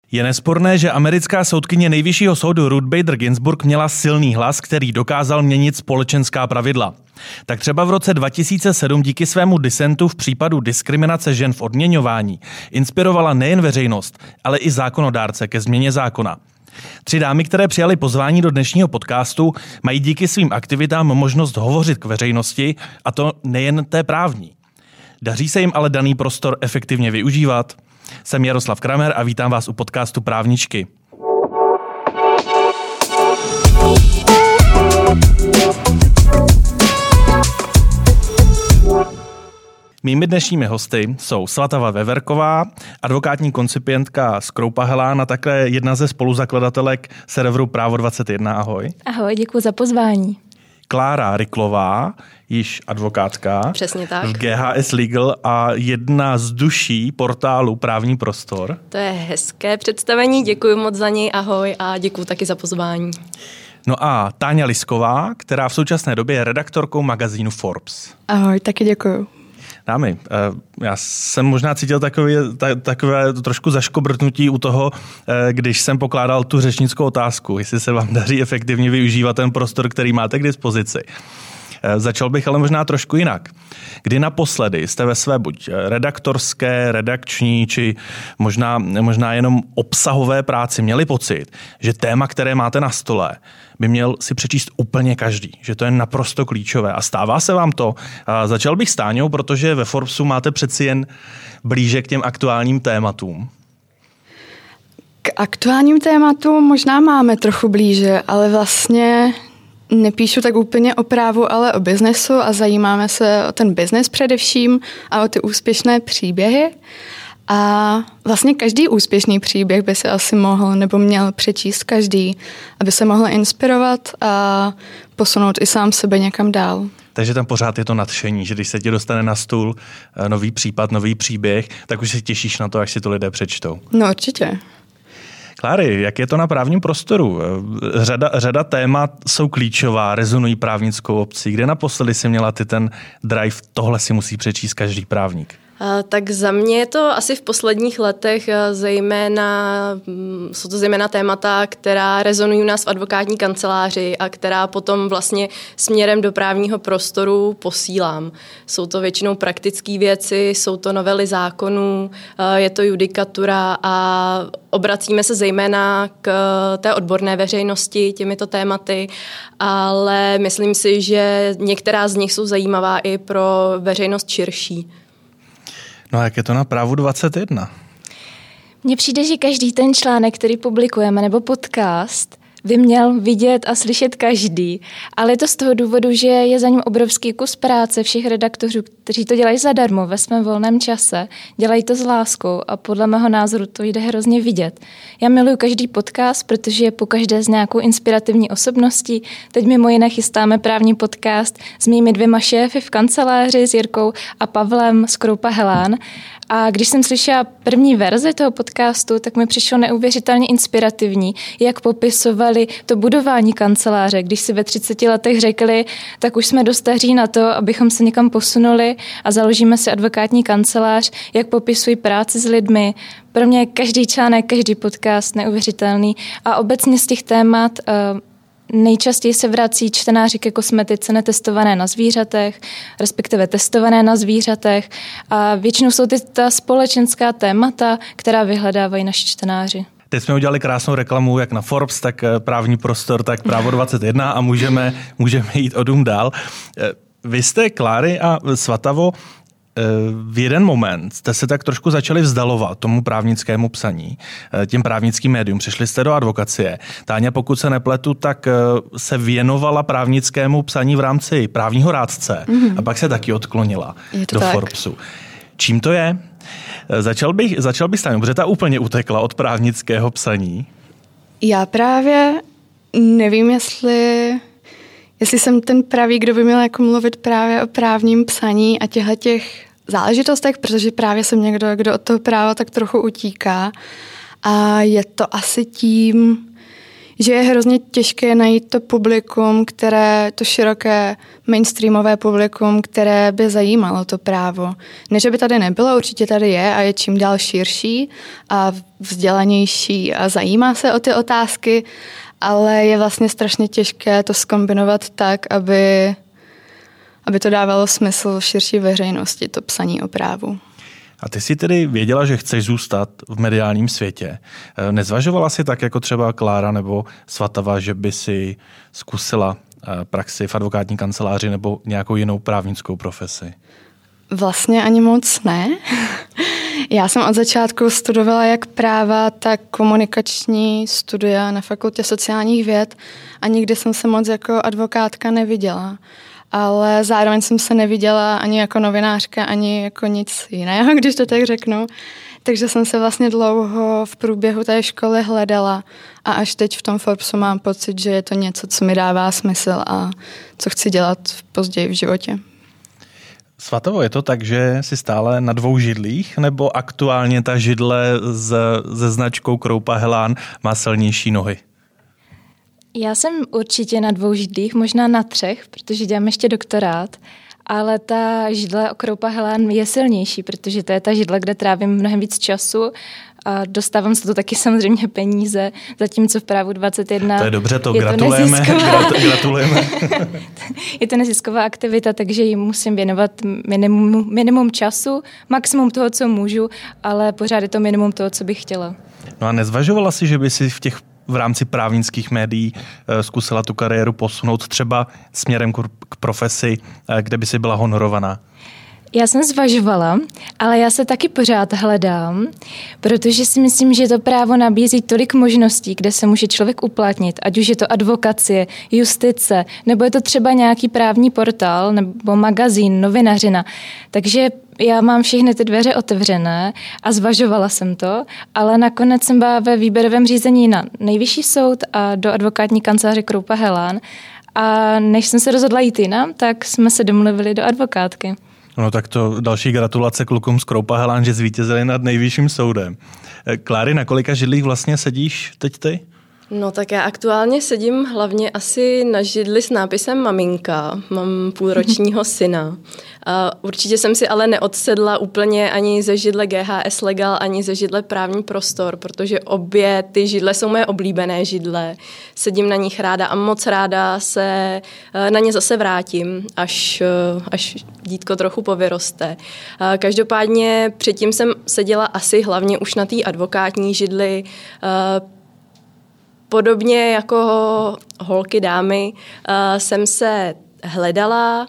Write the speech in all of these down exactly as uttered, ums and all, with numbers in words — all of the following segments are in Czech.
Je nesporné, že americká soudkyně nejvyššího soudu Ruth Bader Ginsburg měla silný hlas, který dokázal měnit společenská pravidla. Tak třeba v roce dva tisíce sedm díky svému disentu v případu diskriminace žen v odměňování inspirovala nejen veřejnost, ale i zákonodárce ke změně zákona. Tři dámy, které přijali pozvání do dnešního podcastu, mají díky svým aktivitám možnost hovořit k veřejnosti, a to nejen té právní. Daří se jim ale daný prostor efektivně využívat? Jsem Jaroslav Kramer a vítám vás u podcastu Právničky. Mými dnešními hosty jsou Svatava Veverková, advokátní koncipientka z Kroupa Helán a také jedna ze spoluzakladatelek serveru Právo dvacet jedna. Ahoj. Ahoj, děkuji za pozvání. Klára Ryklová, již advokátka. Přesně tak. V G H S Legal a jedna z duší portálu Právní prostor. To je hezké představení, děkuji moc za něj, ahoj a děkuji taky za pozvání. No a Táňa Lisková, která v současné době je redaktorkou magazínu Forbes. Ahoj, taky děkuji. Dámy, já jsem možná cítil takové, takové trošku zaškobrtnutí u toho, když jsem pokládal tu řečnickou otázku, jestli se vám daří efektivně využívat ten prostor, který máte k dispozici. Začal bych ale možná trošku jinak. Kdy naposledy jste ve své buď redaktorské, redakční, či možná, možná jenom obsahové práci měli pocit, že téma, které máte na stole, by měl si přečíst úplně každý, že to je naprosto klíčové. A stává se vám to? A začal bych s Táňou, protože ve Forbesu máte přeci jen blíže k těm aktuálním tématům. K aktuálním tématům možná máme trochu blíže, ale vlastně nepíšu tak úplně o právu, ale o biznesu a zajímáme se o ten biznes především a o ty úspěšné příběhy. A vlastně každý úspěšný příběh by se asi mohl nebo měl přečíst každý, aby se mohl inspirovat a posunout i sám sebe někam dál. Takže tam pořád je to nadšení, že když se ti dostane na stůl nový případ, nový příběh, tak už se těšíš na to, až si to lidé přečtou. No určitě. Kláry, jak je to na právním prostoru? Řada, řada témat jsou klíčová, rezonují právnickou obcí. Kde naposledy jsi měla ty ten drive, tohle si musí přečíst každý právník? Tak za mě je to asi v posledních letech zejména, jsou to zejména témata, která rezonují u nás v advokátní kanceláři a která potom vlastně směrem do právního prostoru posílám. Jsou to většinou praktické věci, jsou to novely zákonů, je to judikatura a obracíme se zejména k té odborné veřejnosti těmito tématy, ale myslím si, že některá z nich jsou zajímavá i pro veřejnost širší. No a jak je to na Právu dvacet jedna? Mně přijde, že každý ten článek, který publikujeme, nebo podcast, by měl vidět a slyšet každý. Ale je to z toho důvodu, že je za ním obrovský kus práce všech redaktorů, kteří to dělají zadarmo ve svém volném čase. Dělají to s láskou a podle mého názoru to jde hrozně vidět. Já miluji každý podcast, protože je po každé z nějakou inspirativní osobností. Teď mimo jiné chystáme právní podcast s mými dvěma šéfy v kanceláři, s Jirkou a Pavlem z Kroupa Helán. A když jsem slyšela první verzi toho podcastu, tak mi přišlo neuvěřitelně inspirativní, jak popisovali to budování kanceláře. Když si ve třiceti letech řekli, tak už jsme dostaří na to, abychom se někam posunuli a založíme si advokátní kancelář, jak popisují práci s lidmi. Pro mě je každý článek, každý podcast neuvěřitelný a obecně z těch témat uh, nejčastěji se vrací čtenáři ke kosmetice netestované na zvířatech, respektive testované na zvířatech a většinou jsou ty ta společenská témata, která vyhledávají naši čtenáři. Teď jsme udělali krásnou reklamu jak na Forbes, tak Právní prostor, tak Právo dvacet jedna a můžeme, můžeme jít o dům dál. Vy jste, Kláry a Svatavo, v jeden moment jste se tak trošku začali vzdalovat tomu právnickému psaní, těm právnickým médium. Přišli jste do advokacie. Táňa, pokud se nepletu, tak se věnovala právnickému psaní v rámci právního rádce mm-hmm. a pak se taky odklonila do tak. Forbesu. Čím to je? Začal bych, začal bych s Táňou, protože ta úplně utekla od právnického psaní. Já právě nevím, jestli... Jestli jsem ten pravý, kdo by měl jako mluvit právě o právním psaní a těchto těch záležitostech, protože právě jsem někdo, kdo od toho práva tak trochu utíká. A je to asi tím, že je hrozně těžké najít to publikum, které, to široké mainstreamové publikum, které by zajímalo to právo. Ne, že by tady nebylo, určitě tady je a je čím dál širší a vzdělanější a zajímá se o ty otázky, ale je vlastně strašně těžké to zkombinovat tak, aby, aby to dávalo smysl širší veřejnosti, to psaní o právu. A ty jsi tedy věděla, že chceš zůstat v mediálním světě. Nezvažovala si tak jako třeba Klára nebo Svatava, že by si zkusila praxi v advokátní kanceláři nebo nějakou jinou právnickou profesi? Vlastně ani moc ne. Já jsem od začátku studovala jak práva, tak komunikační studia na Fakultě sociálních věd a nikdy jsem se moc jako advokátka neviděla. Ale zároveň jsem se neviděla ani jako novinářka, ani jako nic jiného, když to tak řeknu. Takže jsem se vlastně dlouho v průběhu té školy hledala a až teď v tom Forbesu mám pocit, že je to něco, co mi dává smysl a co chci dělat později v životě. Svatavo, je to tak, že jsi stále na dvou židlích, nebo aktuálně ta židle s, se značkou Kroupa Helán má silnější nohy? Já jsem určitě na dvou židlích, možná na třech, protože dělám ještě doktorát, ale ta židle o Kroupa Helán je silnější, protože to je ta židle, kde trávím mnohem víc času a dostávám se to taky samozřejmě peníze, zatímco v právu dvacet jedna to je dobře, to gratulujeme. To gratulujeme. Je to nezisková aktivita, takže jim musím věnovat minimum, minimum času, maximum toho, co můžu, ale pořád je to minimum toho, co bych chtěla. No a nezvažovala si, že by si v těch v rámci právnických médií zkusila tu kariéru posunout třeba směrem k profesi, kde by si byla honorovaná? Já jsem zvažovala, ale já se taky pořád hledám, protože si myslím, že to právo nabízí tolik možností, kde se může člověk uplatnit, ať už je to advokacie, justice, nebo je to třeba nějaký právní portál, nebo magazín, novinařina. Takže já mám všechny ty dveře otevřené a zvažovala jsem to, ale nakonec jsem byla ve výběrovém řízení na Nejvyšší soud a do advokátní kanceláře Kroupa Helán. A než jsem se rozhodla jít jinam, tak jsme se domluvili do advokátky. No tak to další gratulace klukům z Kroupa Helán, že zvítězili nad Nejvyšším soudem. Kláry, na kolika židlích vlastně sedíš teď ty? No tak já aktuálně sedím hlavně asi na židli s nápisem maminka. Mám půlročního syna. A určitě jsem si ale neodsedla úplně ani ze židle G H S Legal, ani ze židle Právní prostor, protože obě ty židle jsou moje oblíbené židle. Sedím na nich ráda a moc ráda se na ně zase vrátím, až, až dítko trochu povyroste. Každopádně předtím jsem seděla asi hlavně už na té advokátní židli. Podobně jako holky, dámy, jsem se hledala.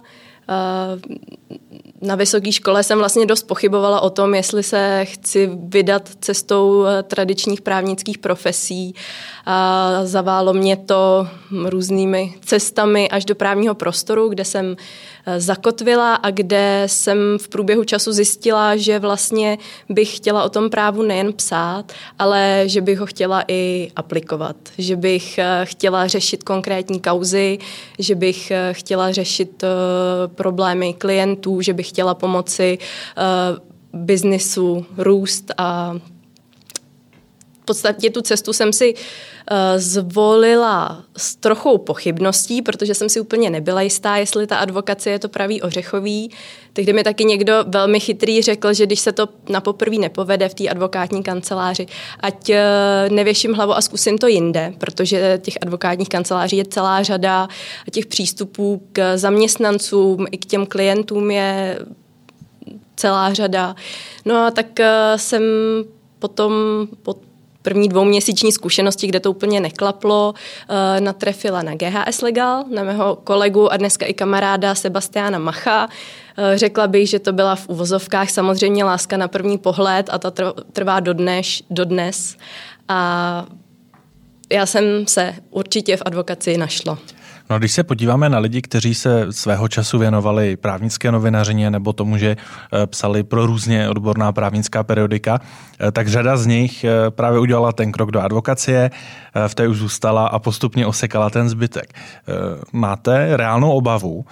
Na vysoké škole jsem vlastně dost pochybovala o tom, jestli se chci vydat cestou tradičních právnických profesí. A zaválo mě to různými cestami až do právního prostoru, kde jsem zakotvila a kde jsem v průběhu času zjistila, že vlastně bych chtěla o tom právu nejen psát, ale že bych ho chtěla i aplikovat. Že bych chtěla řešit konkrétní kauzy, že bych chtěla řešit problémy klientů, že bych chtěla pomoci biznisu růst a v podstatě tu cestu jsem si uh, zvolila s trochou pochybností, protože jsem si úplně nebyla jistá, jestli ta advokacie je to pravý ořechový. Tehdy mi taky někdo velmi chytrý řekl, že když se to na poprví nepovede v té advokátní kanceláři, ať uh, nevěším hlavu a zkusím to jinde, protože těch advokátních kanceláří je celá řada a těch přístupů k zaměstnancům i k těm klientům je celá řada. No a tak uh, jsem potom po první dvouměsíční zkušenosti, kde to úplně neklaplo, uh, natrefila na G H S Legal, na mého kolegu a dneska i kamaráda Sebastiana Macha. Uh, řekla bych, že to byla v uvozovkách samozřejmě láska na první pohled a ta trvá dodnes. dodnes. A já jsem se určitě v advokacii našla. No, když se podíváme na lidi, kteří se svého času věnovali právnické novinařině nebo tomu, že psali pro různě odborná právnická periodika, tak řada z nich právě udělala ten krok do advokacie, v té už zůstala a postupně osekala ten zbytek. Máte reálnou obavu,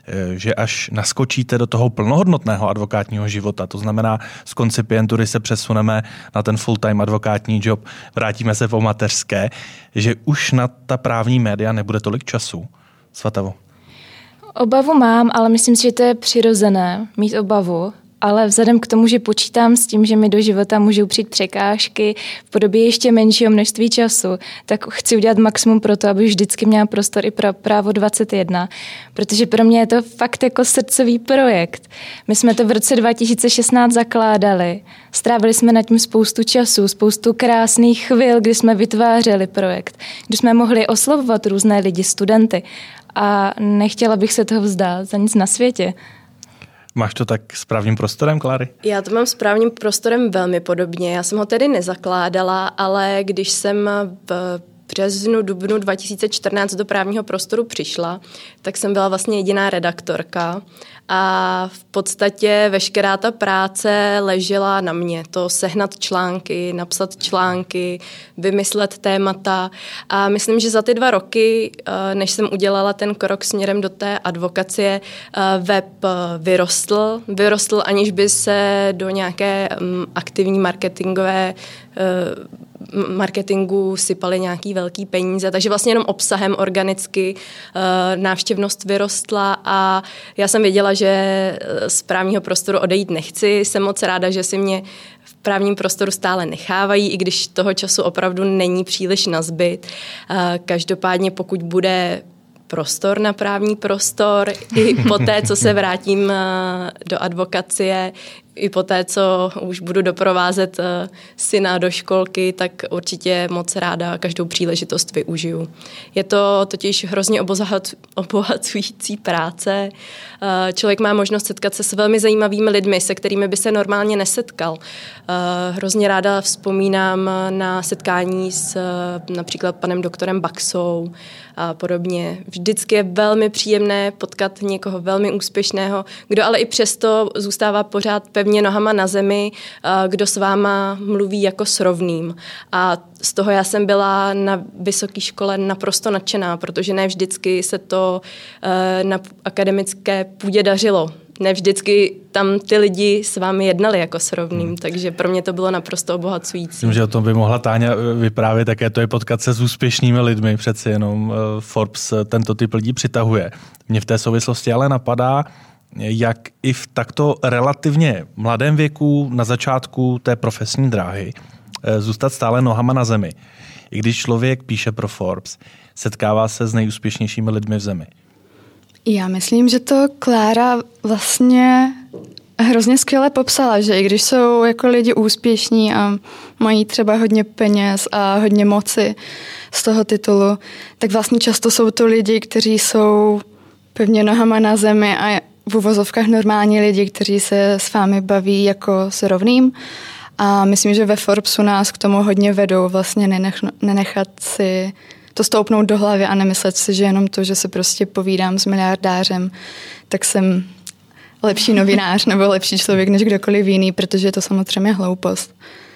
že až naskočíte do toho plnohodnotného advokátního života, to znamená z koncipientury se přesuneme na ten full-time advokátní job, vrátíme se po mateřské, že už na ta právní média nebude tolik času? Svatavo. Obavu mám, ale myslím si, že to je přirozené mít obavu. Ale vzhledem k tomu, že počítám s tím, že mi do života můžou přijít překážky v podobě ještě menšího množství času, tak chci udělat maximum pro to, aby vždycky měla prostor i pro právo dvacet jedna, protože pro mě je to fakt jako srdcový projekt. My jsme to v roce dva tisíce šestnáct zakládali, strávili jsme nad tím spoustu času, spoustu krásných chvil, kdy jsme vytvářeli projekt, kdy jsme mohli oslovovat různé lidi, studenty a nechtěla bych se toho vzdát za nic na světě. Máš to tak s právním prostorem, Kláry? Já to mám s právním prostorem velmi podobně. Já jsem ho tedy nezakládala, ale když jsem v březnu, dubnu dva tisíce čtrnáct do právního prostoru přišla, tak jsem byla vlastně jediná redaktorka a v podstatě veškerá ta práce ležela na mě. To sehnat články, napsat články, vymyslet témata a myslím, že za ty dva roky, než jsem udělala ten krok směrem do té advokacie, web vyrostl. Vyrostl, aniž by se do nějaké aktivní marketingové marketingu sypaly nějaký velký peníze, takže vlastně jenom obsahem organicky návštěvnost vyrostla a já jsem věděla, že z právního prostoru odejít nechci. Jsem moc ráda, že si mě v právním prostoru stále nechávají, i když toho času opravdu není příliš nazbyt. Každopádně pokud bude prostor na právní prostor, i po té, co se vrátím do advokacie, i po té, co už budu doprovázet syna do školky, tak určitě moc ráda každou příležitost využiju. Je to totiž hrozně obohacující práce. Člověk má možnost setkat se s velmi zajímavými lidmi, se kterými by se normálně nesetkal. Hrozně ráda vzpomínám na setkání s například panem doktorem Baxou a podobně. Vždycky je velmi příjemné potkat někoho velmi úspěšného, kdo ale i přesto zůstává pořád pevně nohama na zemi, kdo s váma mluví jako s rovným. A z toho já jsem byla na vysoké škole naprosto nadšená, protože ne vždycky se to na akademické půdě dařilo. Ne vždycky tam ty lidi s vámi jednali jako s rovným, hmm. takže pro mě to bylo naprosto obohacující. Myslím, že o tom by mohla Táňa vyprávět, také to je potkat se s úspěšnými lidmi, přeci jenom Forbes tento typ lidí přitahuje. Mě v té souvislosti ale napadá, jak i v takto relativně mladém věku, na začátku té profesní dráhy, zůstat stále nohama na zemi. I když člověk píše pro Forbes, setkává se s nejúspěšnějšími lidmi v zemi. Já myslím, že to Klára vlastně hrozně skvěle popsala, že i když jsou jako lidi úspěšní a mají třeba hodně peněz a hodně moci z toho titulu, tak vlastně často jsou to lidi, kteří jsou pevně nohama na zemi a v uvozovkách normální lidi, kteří se s vámi baví jako s rovným. A myslím, že ve Forbesu nás k tomu hodně vedou vlastně nenech, nenechat si to stoupnout do hlavy a nemyslet si, že jenom to, že se prostě povídám s miliardářem, tak jsem lepší novinář nebo lepší člověk než kdokoliv jiný, protože je to samozřejmě hloupost.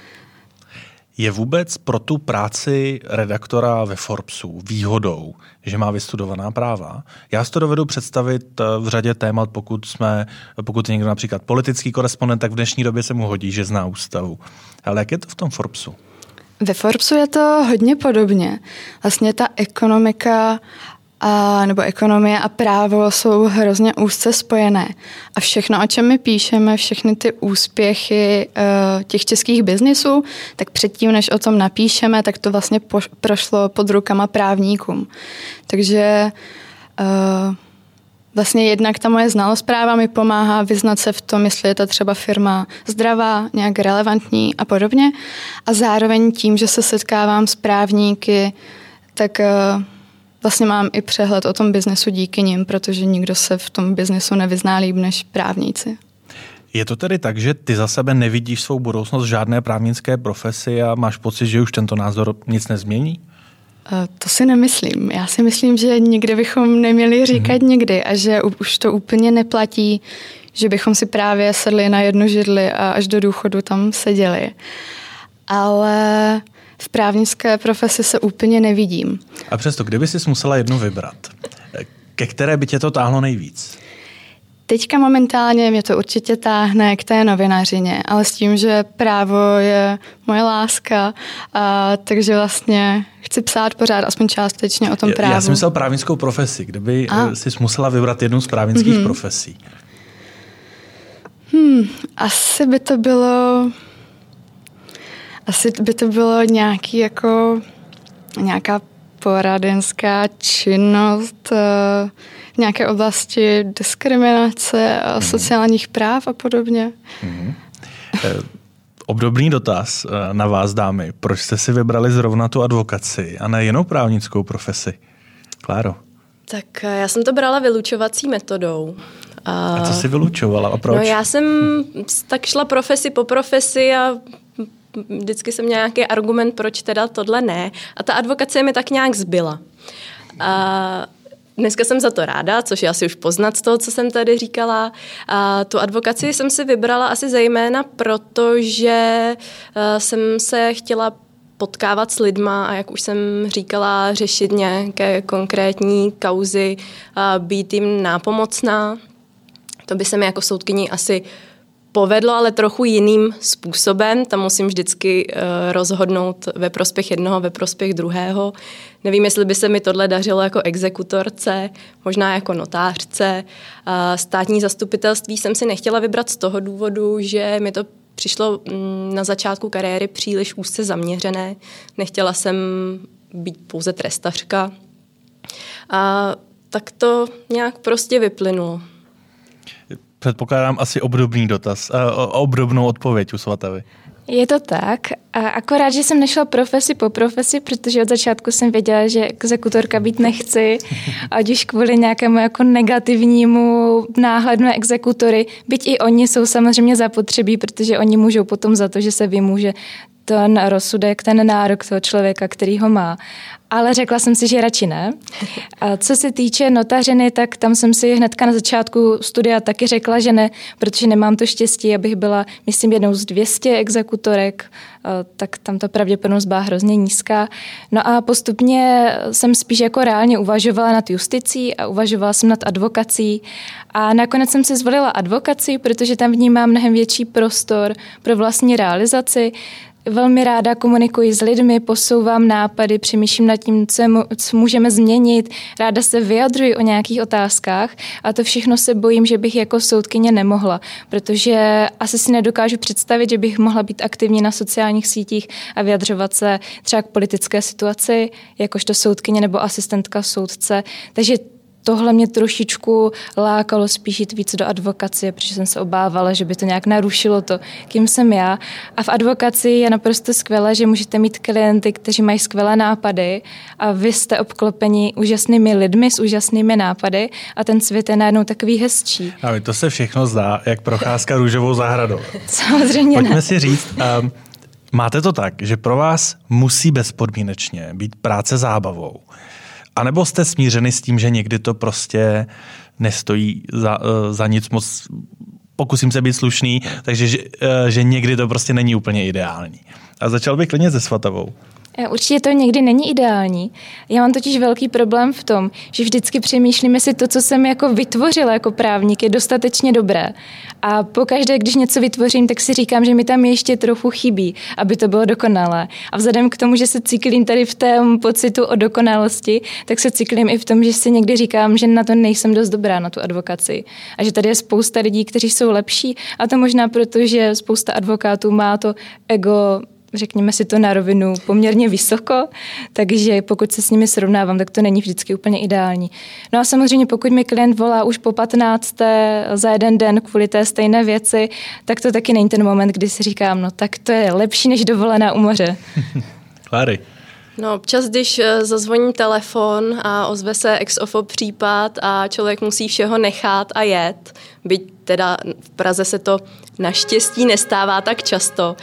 Je vůbec pro tu práci redaktora ve Forbesu výhodou, že má vystudovaná práva? Já si to dovedu představit v řadě témat, pokud jsme, pokud je někdo například politický korespondent, tak v dnešní době se mu hodí, že zná ústavu. Ale jak je to v tom Forbesu? Ve Forbesu je to hodně podobně. Vlastně ta ekonomika a, nebo ekonomie a právo jsou hrozně úzce spojené. A všechno, o čem my píšeme, všechny ty úspěchy uh, těch českých biznisů, tak předtím, než o tom napíšeme, tak to vlastně po, prošlo pod rukama právníkům. Takže uh, vlastně jednak ta moje znalost práva mi pomáhá vyznat se v tom, jestli je ta třeba firma zdravá, nějak relevantní a podobně. A zároveň tím, že se setkávám s právníky, tak uh, vlastně mám i přehled o tom biznesu díky nim, protože nikdo se v tom biznesu nevyzná líp než právníci. Je to tedy tak, že ty za sebe nevidíš svou budoucnost v žádné právnické profesi a máš pocit, že už tento názor nic nezmění? To si nemyslím. Já si myslím, že nikdy bychom neměli říkat mm-hmm. nikdy a že už to úplně neplatí, že bychom si právě sedli na jednu židli a až do důchodu tam seděli. Ale v právnické profesi se úplně nevidím. A přesto, kdyby jsi musela jednu vybrat, ke které by tě to táhlo nejvíc? Teďka momentálně mě to určitě táhne k té novinařině, ale s tím, že právo je moje láska, a, takže vlastně chci psát pořád aspoň částečně o tom právu. Já jsem myslel právnickou profesi, kdyby a. jsi musela vybrat jednu z právnických mm-hmm. profesí. Hmm, asi by to bylo asi by to bylo nějaký jako nějaká poradenská činnost v nějaké oblasti diskriminace a sociálních práv a podobně. Mm. Obdobný dotaz na vás, dámy. Proč jste si vybrali zrovna tu advokaci a ne jinou právnickou profesi? Kláro. Tak já jsem to brala vylučovací metodou. A, a co jsi vylučovala a proč? No já jsem tak šla profesi po profesi a vždycky jsem měla nějaký argument, proč teda tohle ne. A ta advokace mi tak nějak zbyla. A dneska jsem za to ráda, což je asi už poznat z toho, co jsem tady říkala. A tu advokaci jsem si vybrala asi zejména proto, že jsem se chtěla potkávat s lidma a jak už jsem říkala, řešit nějaké konkrétní kauzy, a být jim nápomocná. To by se mi jako soudkyni asi povedlo, ale trochu jiným způsobem. Tam musím vždycky uh, rozhodnout ve prospěch jednoho, ve prospěch druhého. Nevím, jestli by se mi tohle dařilo jako exekutorce, možná jako notářce. Uh, státní zastupitelství jsem si nechtěla vybrat z toho důvodu, že mi to přišlo mm, na začátku kariéry příliš úzce zaměřené. Nechtěla jsem být pouze trestařka. A tak to nějak prostě vyplynulo. Předpokládám asi obdobný dotaz, a obdobnou odpověď u Svatavy. Je to tak. A akorát, že jsem nešla profesi po profesi, protože od začátku jsem věděla, že exekutorka být nechci, ať už kvůli nějakému jako negativnímu náhledu na exekutory. Byť i oni jsou samozřejmě zapotřebí, protože oni můžou potom za to, že se vymůže ten rozsudek, ten nárok toho člověka, který ho má. Ale řekla jsem si, že radši ne. A co se týče notařiny, tak tam jsem si hnedka na začátku studia taky řekla, že ne, protože nemám to štěstí, abych byla, myslím, jednou z dvě stě exekutorek, tak tam ta pravděpodobnost byla hrozně nízká. No a postupně jsem spíš jako reálně uvažovala nad justicí a uvažovala jsem nad advokací. A nakonec jsem si zvolila advokaci, protože tam vnímám mnohem větší prostor pro vlastní realizaci. Velmi ráda komunikuji s lidmi, posouvám nápady, přemýšlím nad tím, co, mu, co můžeme změnit, ráda se vyjadřuji o nějakých otázkách a to všechno se bojím, že bych jako soudkyně nemohla, protože asi si nedokážu představit, že bych mohla být aktivní na sociálních sítích a vyjadřovat se třeba k politické situaci, jakožto soudkyně nebo asistentka soudce, takže tohle mě trošičku lákalo spíš jít víc do advokacie, protože jsem se obávala, že by to nějak narušilo to, kým jsem já. A v advokaci je naprosto skvělé, že můžete mít klienty, kteří mají skvělé nápady a vy jste obklopeni úžasnými lidmi s úžasnými nápady a ten svět je najednou takový hezčí. A mi to se všechno zdá, jak procházka růžovou zahradou. Samozřejmě Pojďme ne. si říct, um, máte to tak, že pro vás musí bezpodmínečně být práce zábavou. A nebo jste smířeni s tím, že někdy to prostě nestojí za, za nic moc, pokusím se být slušný, takže že, že někdy to prostě není úplně ideální. A začal bych klidně se Svatavou. Určitě to někdy není ideální. Já mám totiž velký problém v tom, že vždycky přemýšlím, jestli to, co jsem jako vytvořila jako právník, je dostatečně dobré. A pokaždé, když něco vytvořím, tak si říkám, že mi tam ještě trochu chybí, aby to bylo dokonalé. A vzhledem k tomu, že se cyklím tady v tom pocitu o dokonalosti, tak se cyklím i v tom, že si někdy říkám, že na to nejsem dost dobrá, na tu advokaci. A že tady je spousta lidí, kteří jsou lepší. A to možná proto, že spousta advokátů má to ego, řekněme si to na rovinu, poměrně vysoko, takže pokud se s nimi srovnávám, tak to není vždycky úplně ideální. No a samozřejmě pokud mi klient volá už po patnácté za jeden den kvůli té stejné věci, tak to taky není ten moment, kdy si říkám, no tak to je lepší než dovolená u moře. Kláry. No občas, když zazvoní telefon a ozve se ex ofo případ a člověk musí všeho nechat a jet, byť teda v Praze se to naštěstí nestává tak často,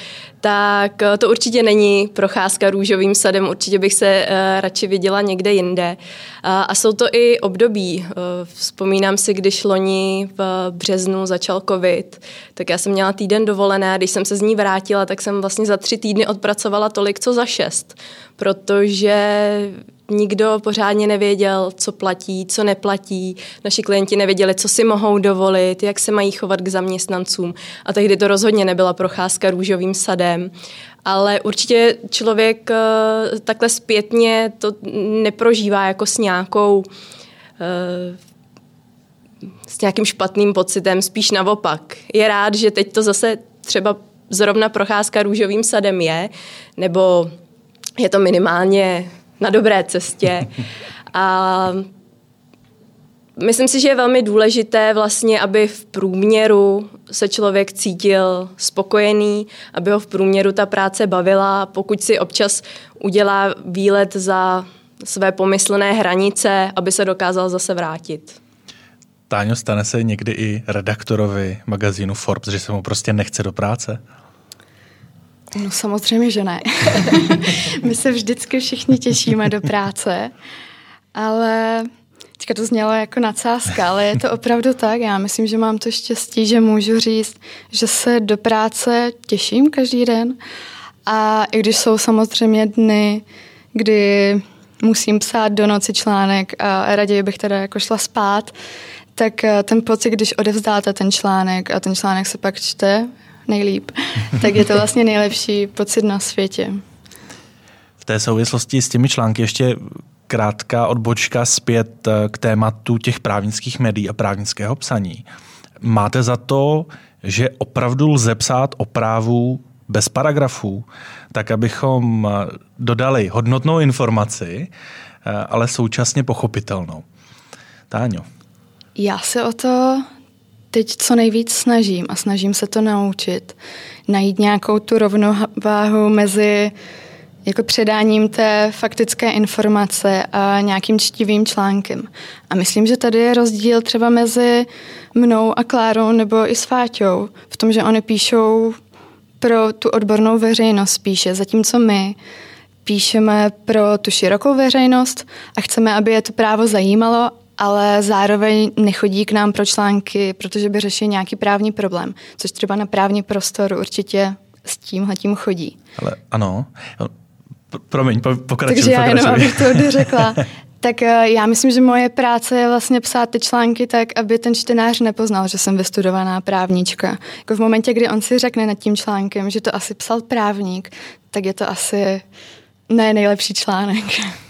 tak to určitě není procházka růžovým sadem, určitě bych se uh, radši viděla někde jinde. Uh, a jsou to i období. Uh, vzpomínám si, když loni v březnu začal covid, tak já jsem měla týden dovolené a když jsem se z ní vrátila, tak jsem vlastně za tři týdny odpracovala tolik, co za šest, protože nikdo pořádně nevěděl, co platí, co neplatí. Naši klienti nevěděli, co si mohou dovolit, jak se mají chovat k zaměstnancům. A tehdy to rozhodně nebyla procházka růžovým sadem. Ale určitě člověk uh, takhle zpětně to neprožívá jako s nějakou uh, s nějakým špatným pocitem, spíš naopak. Je rád, že teď to zase třeba zrovna procházka růžovým sadem je, nebo je to minimálně na dobré cestě. A myslím si, že je velmi důležité vlastně, aby v průměru se člověk cítil spokojený, aby ho v průměru ta práce bavila. Pokud si občas udělá výlet za své pomyslné hranice, aby se dokázal zase vrátit. Táňo, stane se někdy i redaktorovi magazínu Forbes, že se mu prostě nechce do práce? No samozřejmě, že ne. My se vždycky všichni těšíme do práce, ale teďka to znělo jako nadsázka, ale je to opravdu tak. Já myslím, že mám to štěstí, že můžu říct, že se do práce těším každý den a i když jsou samozřejmě dny, kdy musím psát do noci článek a raději bych teda jako šla spát, tak ten pocit, když odevzdáte ten článek a ten článek se pak čte nejlíp, tak je to vlastně nejlepší pocit na světě. V té souvislosti s těmi články ještě krátká odbočka zpět k tématu těch právnických médií a právnického psaní. Máte za to, že opravdu lze psát o právu bez paragrafů, tak abychom dodali hodnotnou informaci, ale současně pochopitelnou? Táňo. Já se o to teď co nejvíc snažím a snažím se to naučit. Najít nějakou tu rovnováhu mezi jako předáním té faktické informace a nějakým čtivým článkem. A myslím, že tady je rozdíl třeba mezi mnou a Klárou nebo i s Fáťou v tom, že oni píšou pro tu odbornou veřejnost spíše, zatímco my píšeme pro tu širokou veřejnost a chceme, aby je to právo zajímalo, ale zároveň nechodí k nám pro články, protože by řešili nějaký právní problém, což třeba na Právní prostor určitě s tímhletím chodí. Ale ano, promiň, pokračuj. Takže já jenom, abych to dořekla. Tak já myslím, že moje práce je vlastně psát ty články tak, aby ten čtenář nepoznal, že jsem vystudovaná právnička. Jako v momentě, kdy on si řekne nad tím článkem, že to asi psal právník, tak je to asi ne nejlepší článek.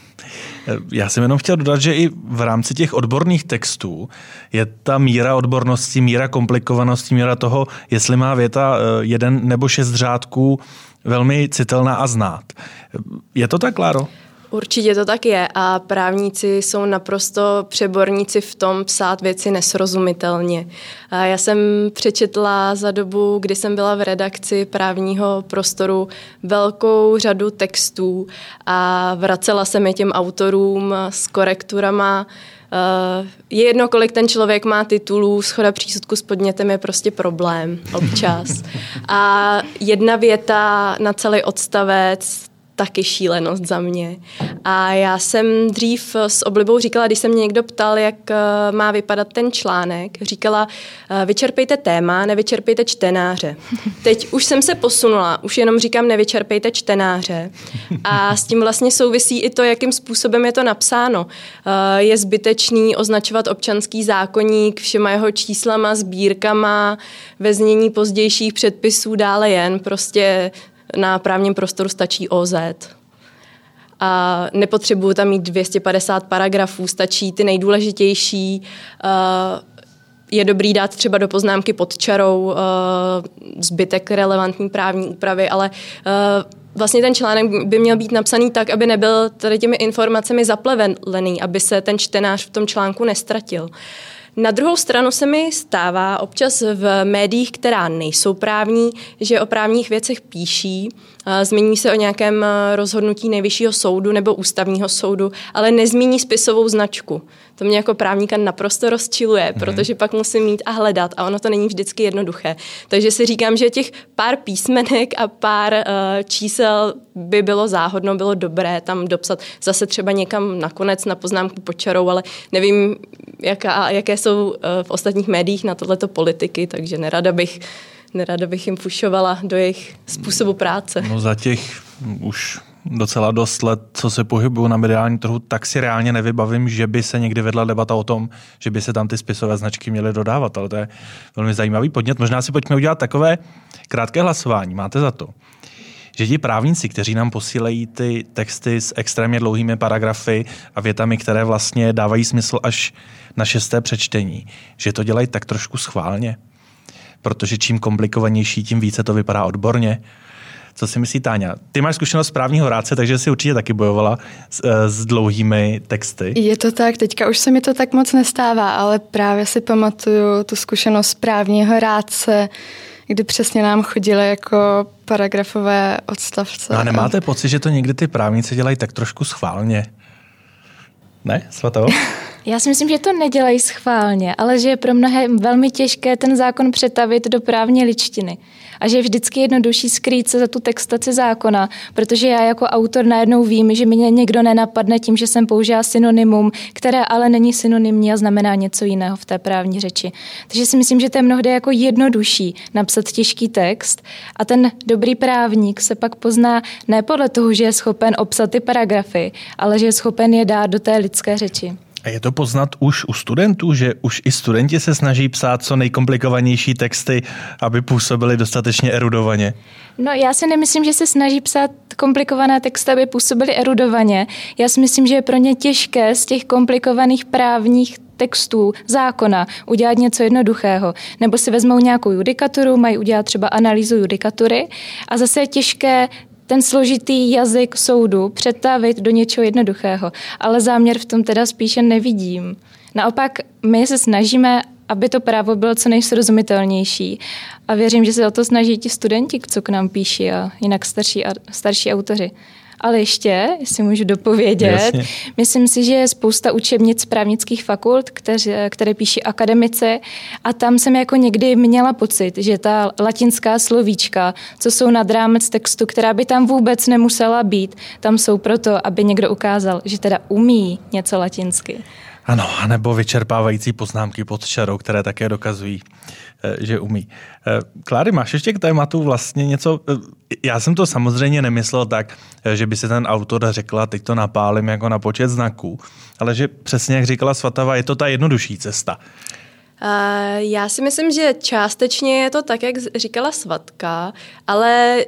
Já jsem jenom chtěl dodat, že i v rámci těch odborných textů je ta míra odbornosti, míra komplikovanosti, míra toho, jestli má věta jeden nebo šest řádků, velmi citelná a znát. Je to tak, Kláro? Určitě to tak je a právníci jsou naprosto přeborníci v tom psát věci nesrozumitelně. A já jsem přečetla za dobu, kdy jsem byla v redakci Právního prostoru velkou řadu textů a vracela se mi těm autorům s korekturama. Je jedno, kolik ten člověk má titulů, shoda přísudku s podnětem je prostě problém občas. A jedna věta na celý odstavec, taky šílenost za mě. A já jsem dřív s oblibou říkala, když se mě někdo ptal, jak má vypadat ten článek, říkala, vyčerpejte téma, nevyčerpejte čtenáře. Teď už jsem se posunula, už jenom říkám, nevyčerpejte čtenáře. A s tím vlastně souvisí i to, jakým způsobem je to napsáno. Je zbytečný označovat občanský zákoník všema jeho číslama, sbírkama, ve znění pozdějších předpisů dále jen, prostě na Právním prostoru stačí ó zet. A nepotřebuju tam mít dvě stě padesát paragrafů, stačí ty nejdůležitější. Je dobrý dát třeba do poznámky pod čarou zbytek relevantní právní úpravy, ale vlastně ten článek by měl být napsaný tak, aby nebyl tady těmi informacemi zaplevený, aby se ten čtenář v tom článku nestratil. Na druhou stranu se mi stává občas v médiích, která nejsou právní, že o právních věcech píší, zmíní se o nějakém rozhodnutí Nejvyššího soudu nebo Ústavního soudu, ale nezmíní spisovou značku. To mě jako právníka naprosto rozčiluje, protože pak musím mít a hledat a ono to není vždycky jednoduché. Takže si říkám, že těch pár písmenek a pár uh, čísel by bylo záhodno, bylo dobré tam dopsat zase třeba někam nakonec na poznámku pod čarou, ale nevím, jaká, jaké jsou uh, v ostatních médiích na tohleto politiky, takže nerada bych Nerada bych jim fušovala do jejich způsobu práce. No za těch už docela dost let, co se pohybuju na mediálním trhu, tak si reálně nevybavím, že by se někdy vedla debata o tom, že by se tam ty spisové značky měly dodávat, ale to je velmi zajímavý podnět. Možná si pojďme udělat takové krátké hlasování. Máte za to, že ti právníci, kteří nám posílají ty texty s extrémně dlouhými paragrafy a větami, které vlastně dávají smysl až na šesté přečtení, že to dělají tak trošku schválně? Protože čím komplikovanější, tím více to vypadá odborně. Co si myslí Táňa? Ty máš zkušenost z právního rádce, takže jsi určitě taky bojovala s, s dlouhými texty. Je to tak, teďka už se mi to tak moc nestává, ale právě si pamatuju tu zkušenost z právního rádce, kdy přesně nám chodily jako paragrafové odstavce. A nemáte pocit, že to někdy ty právníci dělají tak trošku schválně? Ne, Svatavo? Já si myslím, že to nedělají schválně, ale že je pro mnohé velmi těžké ten zákon přetavit do právní ličtiny. A že je vždycky jednodušší skrýt se za tu textaci zákona, protože já jako autor najednou vím, že mě někdo nenapadne tím, že jsem použila synonymum, které ale není synonymní a znamená něco jiného v té právní řeči. Takže si myslím, že to je mnohdy jako jednodušší napsat těžký text a ten dobrý právník se pak pozná ne podle toho, že je schopen obsat ty paragrafy, ale že je schopen je dát do té lidské řeči. A je to poznat už u studentů, že už i studenti se snaží psát co nejkomplikovanější texty, aby působili dostatečně erudovaně? No já si nemyslím, že se snaží psát komplikované texty, aby působili erudovaně. Já si myslím, že je pro ně těžké z těch komplikovaných právních textů zákona udělat něco jednoduchého. Nebo si vezmou nějakou judikaturu, mají udělat třeba analýzu judikatury a zase je těžké ten složitý jazyk soudu přetavit do něčeho jednoduchého. Ale záměr v tom teda spíše nevidím. Naopak my se snažíme, aby to právo bylo co nejsrozumitelnější. A věřím, že se o to snaží ti studenti, co k nám píší a jinak starší, starší autoři. Ale ještě, jestli můžu dopovědět, Jasně. Myslím si, že je spousta učebnic právnických fakult, které, které píší akademici a tam jsem jako někdy měla pocit, že ta latinská slovíčka, co jsou nad rámec textu, která by tam vůbec nemusela být, tam jsou proto, aby někdo ukázal, že teda umí něco latinsky. Ano, nebo vyčerpávající poznámky pod čarou, které také dokazují, že umí. Kláry, máš ještě k tématu vlastně něco? Já jsem to samozřejmě nemyslel tak, že by si ten autor řekla, teď to napálím jako na počet znaků, ale že přesně jak říkala Svatava, je to ta jednodušší cesta. Uh, já si myslím, že částečně je to tak, jak říkala Svatka, ale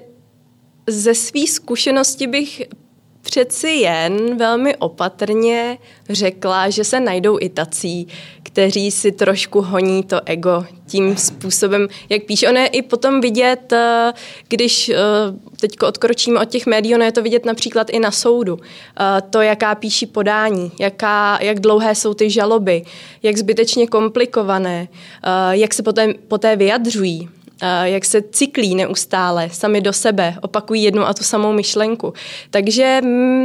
ze svý zkušenosti bych přeci jen velmi opatrně řekla, že se najdou i tací, kteří si trošku honí to ego tím způsobem, jak píše. Ono je i potom vidět, když teď odkročíme od těch médií, ono je to vidět například i na soudu. To, jaká píší podání, jaká, jak dlouhé jsou ty žaloby, jak zbytečně komplikované, jak se poté, poté vyjadřují. Jak se cyklí neustále sami do sebe, opakují jednu a tu samou myšlenku. Takže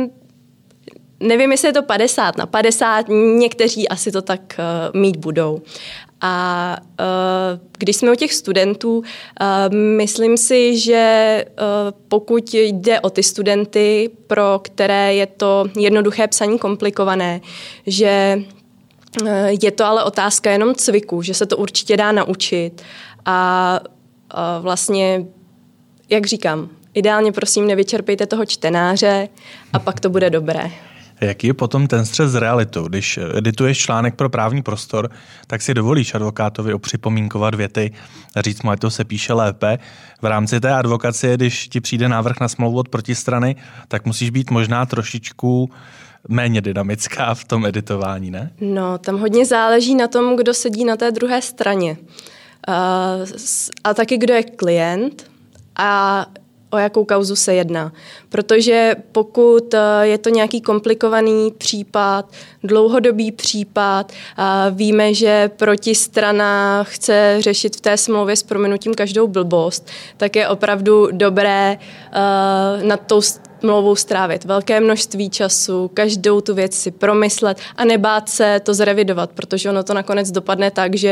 nevím, jestli je to padesát na padesát, někteří asi to tak uh, mít budou. A uh, když jsme u těch studentů, uh, myslím si, že uh, pokud jde o ty studenty, pro které je to jednoduché psaní komplikované, že uh, je to ale otázka jenom cviku, že se to určitě dá naučit a uh, vlastně, jak říkám, ideálně prosím nevyčerpejte toho čtenáře a pak to bude dobré. Jaký je potom ten střet s realitou? Když edituješ článek pro právní prostor, tak si dovolíš advokátovi opřipomínkovat věty, říct mu, ať to se píše lépe. V rámci té advokacie, když ti přijde návrh na smlouvu od protistrany, tak musíš být možná trošičku méně dynamická v tom editování, ne? No, tam hodně záleží na tom, kdo sedí na té druhé straně. Uh, a taky, kdo je klient a o jakou kauzu se jedná. Protože pokud je to nějaký komplikovaný případ, dlouhodobý případ, víme, že protistrana chce řešit v té smlouvě s prominutím každou blbost, tak je opravdu dobré nad tou smlouvou strávit velké množství času, každou tu věc si promyslet a nebát se to zrevidovat, protože ono to nakonec dopadne tak, že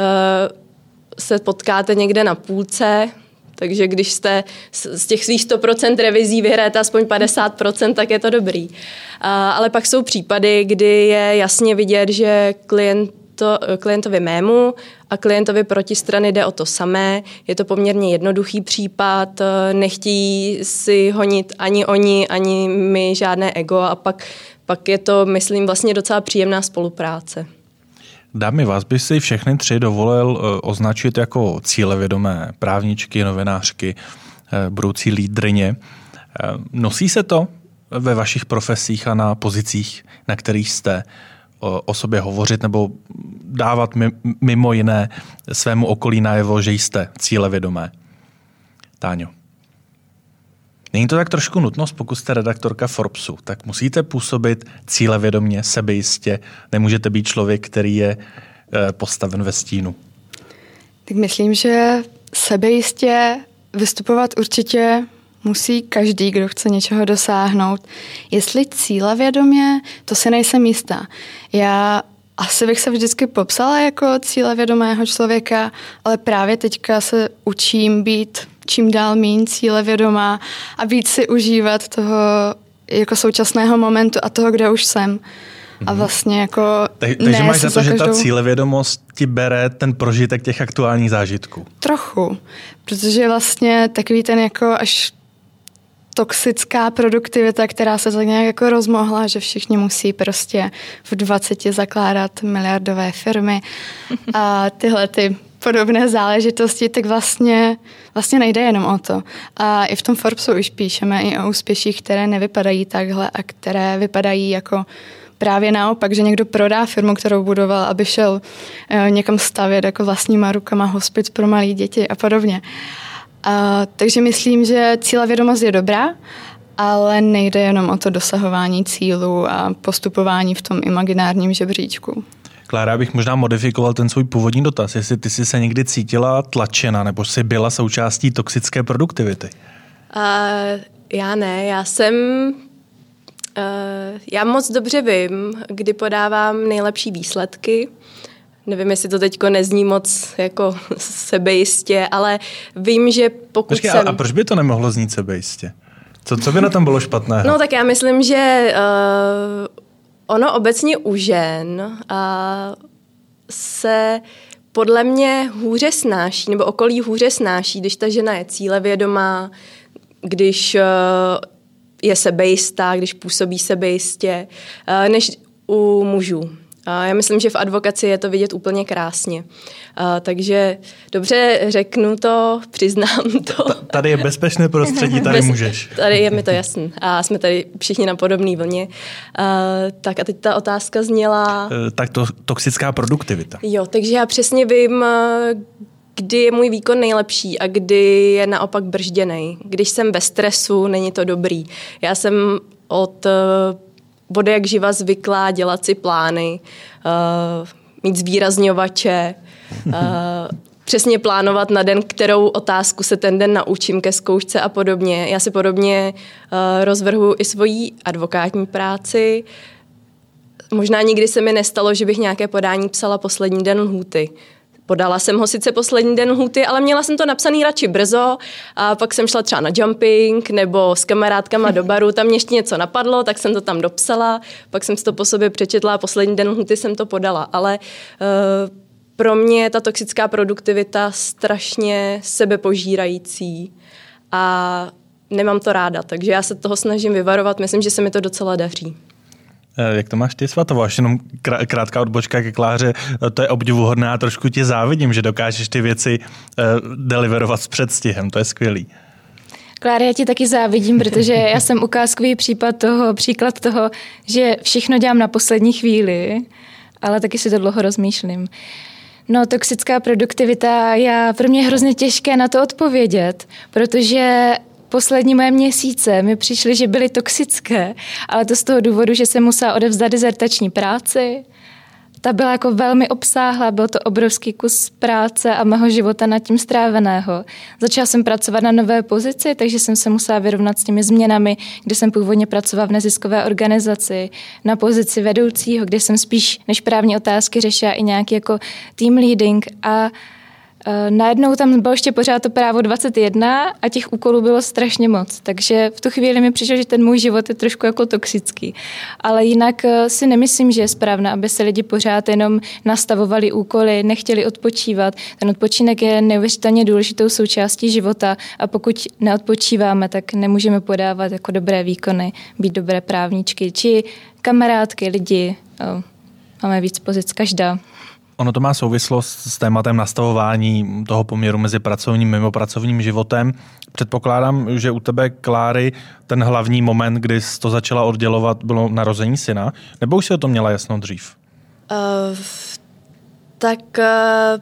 se potkáte někde na půlce. Takže když jste z těch svých sto procent revizí vyhrajete aspoň padesát procent, tak je to dobrý. Ale pak jsou případy, kdy je jasně vidět, že klient kliento, klientovi mému a klientovi protistrany jde o to samé. Je to poměrně jednoduchý případ, nechtějí si honit ani oni, ani my žádné ego a pak, pak je to, myslím, vlastně docela příjemná spolupráce. Dámy, vás by si všechny tři dovolil označit jako cílevědomé právničky, novinářky, budoucí lídryně. Nosí se to ve vašich profesích a na pozicích, na kterých jste, o sobě hovořit nebo dávat mimo jiné svému okolí najevo, že jste cílevědomé? Táňo. Není to tak trošku nutnost, pokud jste redaktorka Forbesu, tak musíte působit cílevědomě, sebejistě, nemůžete být člověk, který je postaven ve stínu. Tak myslím, že sebejistě vystupovat určitě musí každý, kdo chce něčeho dosáhnout. Jestli cílevědomě, to si nejsem jistá. Já asi bych se vždycky popsala jako cílevědomého člověka, ale právě teďka se učím být čím dál míň cílevědomá a víc si užívat toho jako současného momentu a toho, kde už jsem. A vlastně jako... Tak, takže máš za to, že každou... ta cílevědomost ti bere ten prožitek těch aktuálních zážitků? Trochu, protože vlastně takový ten jako až toxická produktivita, která se tak nějak jako rozmohla, že všichni musí prostě v dvaceti zakládat miliardové firmy a tyhle ty podobné záležitosti, tak vlastně, vlastně nejde jenom o to. A i v tom Forbesu už píšeme i o úspěších, které nevypadají takhle a které vypadají jako právě naopak, že někdo prodá firmu, kterou budoval, aby šel e, někam stavět jako vlastníma rukama hospic pro malé děti a podobně. A, takže myslím, že cílevědomost je dobrá, ale nejde jenom o to dosahování cílů a postupování v tom imaginárním žebříčku. Klára, bych možná modifikoval ten svůj původní dotaz, jestli ty jsi se někdy cítila tlačena nebo jsi byla součástí toxické produktivity? Uh, já ne, já jsem... Uh, já moc dobře vím, kdy podávám nejlepší výsledky. Nevím, jestli to teďko nezní moc jako sebejistě, ale vím, že pokud Počkej, jsem... A proč by to nemohlo znít sebejistě? Co, co by na tom bylo špatného? No tak já myslím, že uh, ono obecně u žen uh, se podle mě hůře snáší, nebo okolí hůře snáší, když ta žena je cílevědomá, když uh, je sebejistá, když působí sebejistě, uh, než u mužů. Já myslím, že v advokaci je to vidět úplně krásně. Takže dobře, řeknu to, přiznám to. Tady je bezpečné prostředí, tady Bez, můžeš. Tady je mi to jasné. A jsme tady všichni na podobné vlně. Tak a teď ta otázka zněla... Tak to toxická produktivita. Jo, takže já přesně vím, kdy je můj výkon nejlepší a kdy je naopak bržděnej. Když jsem ve stresu, není to dobrý. Já jsem od... Bude jak živa zvyklá dělat si plány, uh, mít zvýrazňovače, uh, přesně plánovat na den, kterou otázku se ten den naučím ke zkoušce a podobně. Já si podobně uh, rozvrhu i svoji advokátní práci. Možná nikdy se mi nestalo, že bych nějaké podání psala poslední den lhůty. Podala jsem ho sice poslední den lhůty, ale měla jsem to napsaný radši brzo a pak jsem šla třeba na jumping nebo s kamarádkama do baru, tam mě ještě něco napadlo, tak jsem to tam dopsala, pak jsem si to po sobě přečetla a poslední den lhůty jsem to podala. Ale uh, pro mě je ta toxická produktivita strašně sebepožírající a nemám to ráda, takže já se toho snažím vyvarovat, myslím, že se mi to docela daří. Jak to máš ty, Svatovo? Až jenom krátká odbočka ke Kláře, to je obdivuhodné a trošku ti závidím, že dokážeš ty věci uh, deliverovat s předstihem, to je skvělý. Klára, já ti taky závidím, protože já jsem ukázkový případ toho, příklad toho, že všechno dělám na poslední chvíli, ale taky si to dlouho rozmýšlím. No, toxická produktivita, já, pro mě je hrozně těžké na to odpovědět, protože poslední moje měsíce mi přišly, že byly toxické, ale to z toho důvodu, že jsem musela odevzdat dizertační práci. Ta byla jako velmi obsáhlá, byl to obrovský kus práce a mého života nad tím stráveného. Začala jsem pracovat na nové pozici, takže jsem se musela vyrovnat s těmi změnami, kde jsem původně pracovala v neziskové organizaci, na pozici vedoucího, kde jsem spíš než právní otázky řešila i nějaký jako team leading a Najednou tam bylo ještě pořád to právo dvacet jedna a těch úkolů bylo strašně moc, takže v tu chvíli mi přišlo, že ten můj život je trošku jako toxický. Ale jinak si nemyslím, že je správné, aby se lidi pořád jenom nastavovali úkoly, nechtěli odpočívat. Ten odpočinek je neuvěřitelně důležitou součástí života a pokud neodpočíváme, tak nemůžeme podávat jako dobré výkony, být dobré právničky či kamarádky, lidi. Máme víc pozic každá. Ono to má souvislost s tématem nastavování toho poměru mezi pracovním a mimopracovním životem. Předpokládám, že u tebe, Kláry, ten hlavní moment, kdy jsi to začala oddělovat, bylo narození syna? Nebo už jsi o tom měla jasno dřív? Uh, tak uh,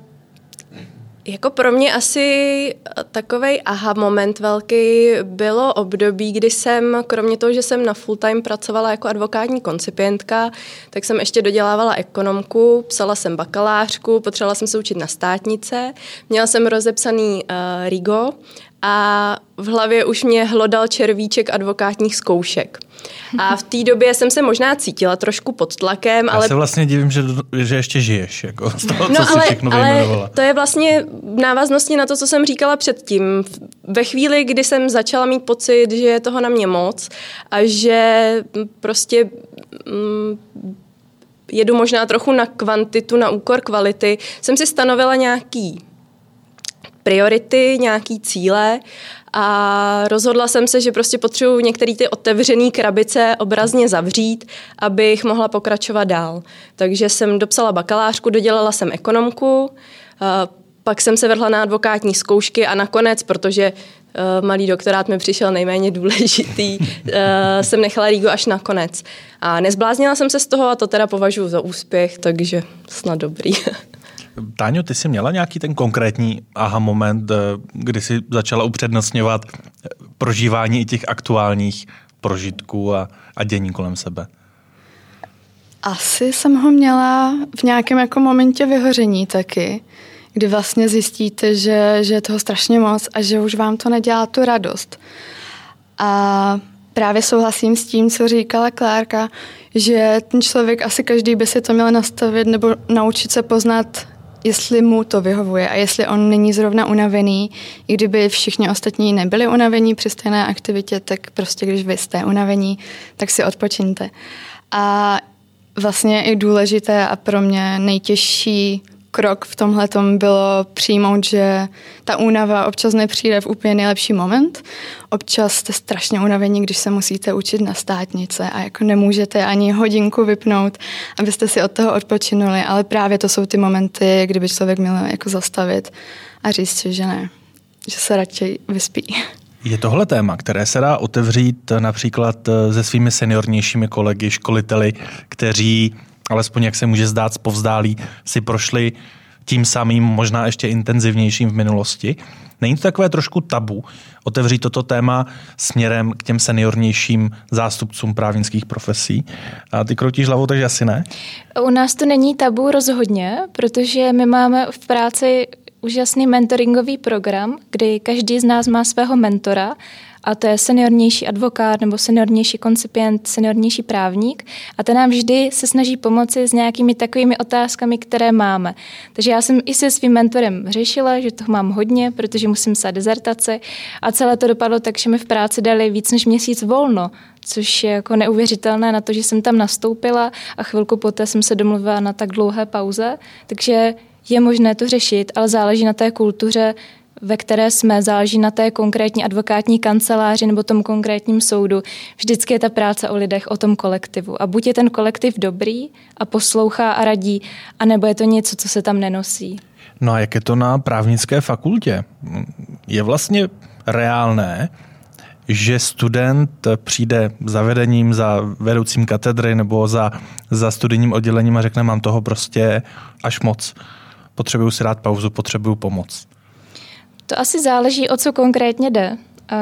jako pro mě asi takovej aha moment velký bylo období, kdy jsem, kromě toho, že jsem na full time pracovala jako advokátní koncipientka, tak jsem ještě dodělávala ekonomku, psala jsem bakalářku, potřebovala jsem se učit na státnice, měla jsem rozepsaný uh, RIGO a v hlavě už mě hlodal červíček advokátních zkoušek. A v té době jsem se možná cítila trošku pod tlakem. Já ale... se vlastně divím, že, že ještě žiješ jako z toho, no, co ale, jsi všechno ale vyjmenovala. To je vlastně v návaznosti na to, co jsem říkala předtím. Ve chvíli, kdy jsem začala mít pocit, že je toho na mě moc a že prostě mm, jedu možná trochu na kvantitu, na úkor kvality, jsem si stanovila nějaký priority, nějaký cíle a rozhodla jsem se, že prostě potřebuji některé ty otevřené krabice obrazně zavřít, abych mohla pokračovat dál. Takže jsem dopsala bakalářku, dodělala jsem ekonomku, pak jsem se vrhla na advokátní zkoušky a nakonec, protože malý doktorát mi přišel nejméně důležitý, jsem nechala RIGO až nakonec. A nezbláznila jsem se z toho a to teda považuji za úspěch, takže snad dobrý. Táňo, ty jsi měla nějaký ten konkrétní aha moment, kdy jsi začala upřednostňovat prožívání i těch aktuálních prožitků a, a dění kolem sebe? Asi jsem ho měla v nějakém jako momentě vyhoření taky, kdy vlastně zjistíte, že, že je toho strašně moc a že už vám to nedělá tu radost. A právě souhlasím s tím, co říkala Klárka, že ten člověk, asi každý by si to měl nastavit nebo naučit se poznat, jestli mu to vyhovuje a jestli on není zrovna unavený. I kdyby všichni ostatní nebyli unavení při stejné aktivitě, tak prostě když vy jste unavení, tak si odpočiňte. A vlastně i důležité a pro mě nejtěžší krok v tomhletom bylo přijmout, že ta únava občas nepřijde v úplně nejlepší moment. Občas jste strašně unavení, když se musíte učit na státnice a jako nemůžete ani hodinku vypnout, abyste si od toho odpočinuli, ale právě to jsou ty momenty, kdyby člověk měl jako zastavit a říct si, že ne, že se radši vyspí. Je tohle téma, které se dá otevřít například se svými seniornějšími kolegy, školiteli, kteří, alespoň jak se může zdát zpovzdálí, si prošli tím samým, možná ještě intenzivnějším v minulosti. Není to takové trošku tabu otevřít toto téma směrem k těm seniornějším zástupcům právnických profesí? A ty kroutíš hlavou, takže asi ne? U nás to není tabu rozhodně, protože my máme v práci úžasný mentoringový program, kdy každý z nás má svého mentora a to je seniornější advokát nebo seniornější koncipient, seniornější právník a ten nám vždy se snaží pomoci s nějakými takovými otázkami, které máme. Takže já jsem i se svým mentorem řešila, že toho mám hodně, protože musím psát dizertaci a celé to dopadlo tak, že mi v práci dali víc než měsíc volno, což je jako neuvěřitelné na to, že jsem tam nastoupila a chvilku poté jsem se domluvila na tak dlouhé pauze, takže je možné to řešit, ale záleží na té kultuře, ve které jsme, záleží na té konkrétní advokátní kanceláři nebo tom konkrétním soudu. Vždycky je ta práce o lidech, o tom kolektivu. A buď je ten kolektiv dobrý a poslouchá a radí, anebo je to něco, co se tam nenosí. No a jak je to na právnické fakultě? Je vlastně reálné, že student přijde za vedením, za vedoucím katedry nebo za, za studijním oddělením a řekne, mám toho prostě až moc. Potřebuju si dát pauzu, potřebuju pomoc. To asi záleží, o co konkrétně jde.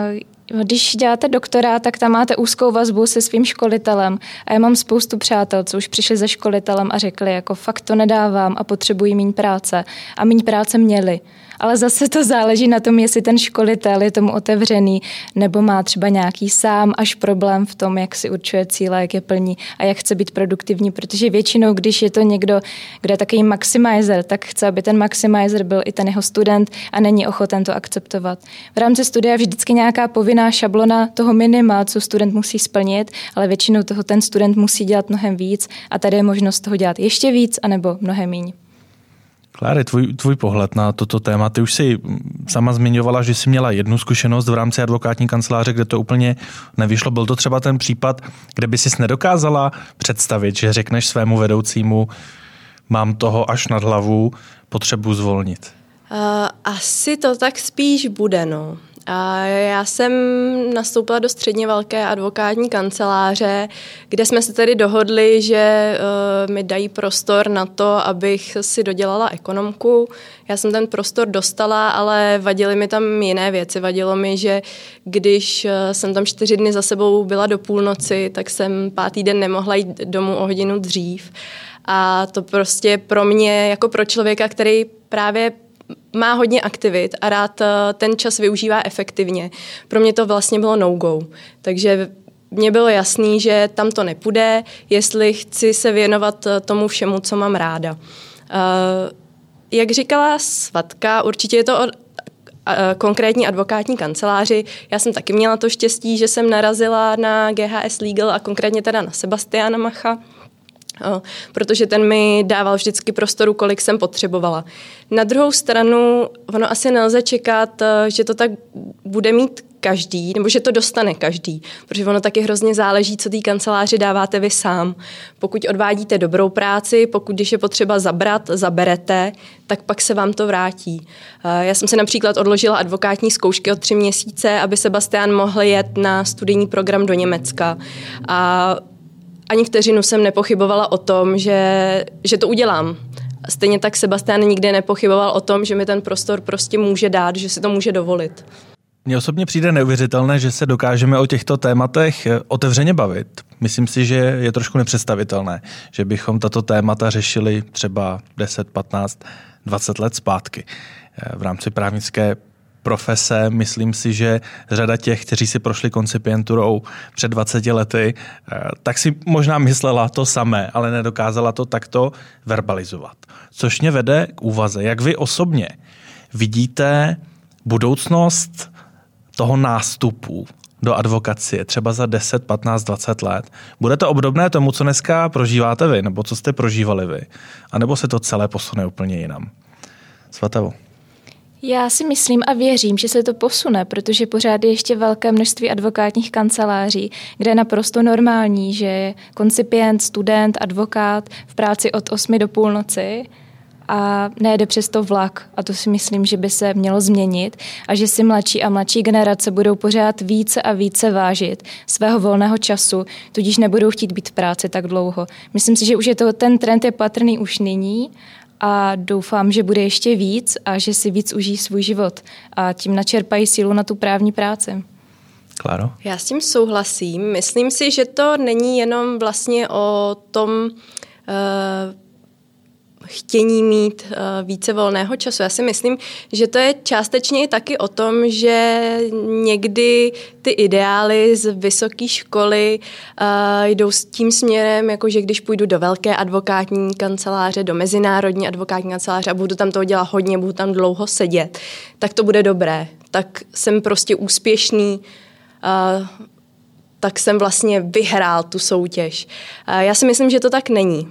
Když děláte doktorát, tak tam máte úzkou vazbu se svým školitelem. A já mám spoustu přátel, co už přišli za školitelem a řekli, jako fakt to nedávám a potřebují míň práce. A míň práce měli. Ale zase to záleží na tom, jestli ten školitel je tomu otevřený, nebo má třeba nějaký sám až problém v tom, jak si určuje cíle, jak je plní a jak chce být produktivní, protože většinou, když je to někdo, kdo je takový maximizer, tak chce, aby ten maximizer byl i ten jeho student a není ochoten to akceptovat. V rámci studia je vždycky nějaká povinná šablona toho minima, co student musí splnit, ale většinou toho ten student musí dělat mnohem víc a tady je možnost toho dělat ještě víc anebo mnohem míň. Kláry, tvůj, tvůj pohled na toto téma. Ty už si sama zmiňovala, že jsi měla jednu zkušenost v rámci advokátní kanceláře, kde to úplně nevyšlo. Byl to třeba ten případ, kde by sis nedokázala představit, že řekneš svému vedoucímu, mám toho až nad hlavu, potřebuji zvolnit? Uh, asi to tak spíš bude, no. A já jsem nastoupila do středně velké advokátní kanceláře, kde jsme se tedy dohodli, že uh, mi dají prostor na to, abych si dodělala ekonomku. Já jsem ten prostor dostala, ale vadily mi tam jiné věci. Vadilo mi, že když jsem tam čtyři dny za sebou byla do půlnoci, tak jsem pátý den nemohla jít domů o hodinu dřív. A to prostě pro mě, jako pro člověka, který právě má hodně aktivit a rád ten čas využívá efektivně. Pro mě to vlastně bylo no-go. Takže mně bylo jasný, že tam to nepůjde, jestli chci se věnovat tomu všemu, co mám ráda. Jak říkala Svatka, určitě je to o konkrétní advokátní kanceláři. Já jsem taky měla to štěstí, že jsem narazila na G H S Legal a konkrétně teda na Sebastiana Macha, protože ten mi dával vždycky prostoru, kolik jsem potřebovala. Na druhou stranu, ono asi nelze čekat, že to tak bude mít každý, nebo že to dostane každý, protože ono taky hrozně záleží, co té kanceláři dáváte vy sám. Pokud odvádíte dobrou práci, pokud když je potřeba zabrat, zaberete, tak pak se vám to vrátí. Já jsem si například odložila advokátní zkoušky o tři měsíce, aby Sebastian mohl jet na studijní program do Německa. A ani vteřinu jsem nepochybovala o tom, že, že to udělám. Stejně tak Sebastian nikdy nepochyboval o tom, že mi ten prostor prostě může dát, že si to může dovolit. Mně osobně přijde neuvěřitelné, že se dokážeme o těchto tématech otevřeně bavit. Myslím si, že je trošku nepředstavitelné, že bychom tato témata řešili třeba deset, patnáct, dvacet let zpátky. V rámci právnické profese, myslím si, že řada těch, kteří si prošli koncipienturou před dvaceti lety, tak si možná myslela to samé, ale nedokázala to takto verbalizovat. Což mě vede k úvaze, jak vy osobně vidíte budoucnost toho nástupu do advokacie, třeba za deset, patnáct, dvacet let. Bude to obdobné tomu, co dneska prožíváte vy, nebo co jste prožívali vy? A nebo se to celé posune úplně jinam? Svatavo. Já si myslím a věřím, že se to posune, protože pořád je ještě velké množství advokátních kanceláří, kde je naprosto normální, že je koncipient, student, advokát v práci od osmi do půlnoci a nejede přes to vlak. A to si myslím, že by se mělo změnit a že si mladší a mladší generace budou pořád více a více vážit svého volného času, tudíž nebudou chtít být v práci tak dlouho. Myslím si, že už je to, ten trend je patrný už nyní a doufám, že bude ještě víc a že si víc užijí svůj život a tím načerpají sílu na tu právní práci. Kláro? Já s tím souhlasím. Myslím si, že to není jenom vlastně o tom uh, chtění mít uh, více volného času. Já si myslím, že to je částečně i taky o tom, že někdy ty ideály z vysoké školy uh, jdou s tím směrem, jako že když půjdu do velké advokátní kanceláře, do mezinárodní advokátní kanceláře a budu tam toho dělat hodně, budu tam dlouho sedět, tak to bude dobré. Tak jsem prostě úspěšný, uh, tak jsem vlastně vyhrál tu soutěž. Uh, já si myslím, že to tak není.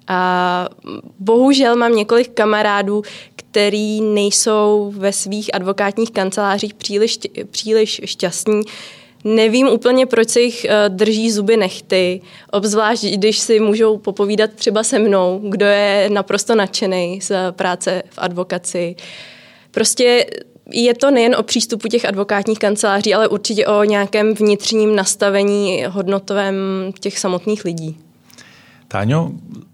A bohužel mám několik kamarádů, který nejsou ve svých advokátních kancelářích příliš, příliš šťastní. Nevím úplně, proč se jich drží zuby nehty, obzvlášť když si můžou popovídat třeba se mnou, kdo je naprosto nadšený z práce v advokaci. Prostě je to nejen o přístupu těch advokátních kanceláří, ale určitě o nějakém vnitřním nastavení hodnotovém těch samotných lidí. Táňo,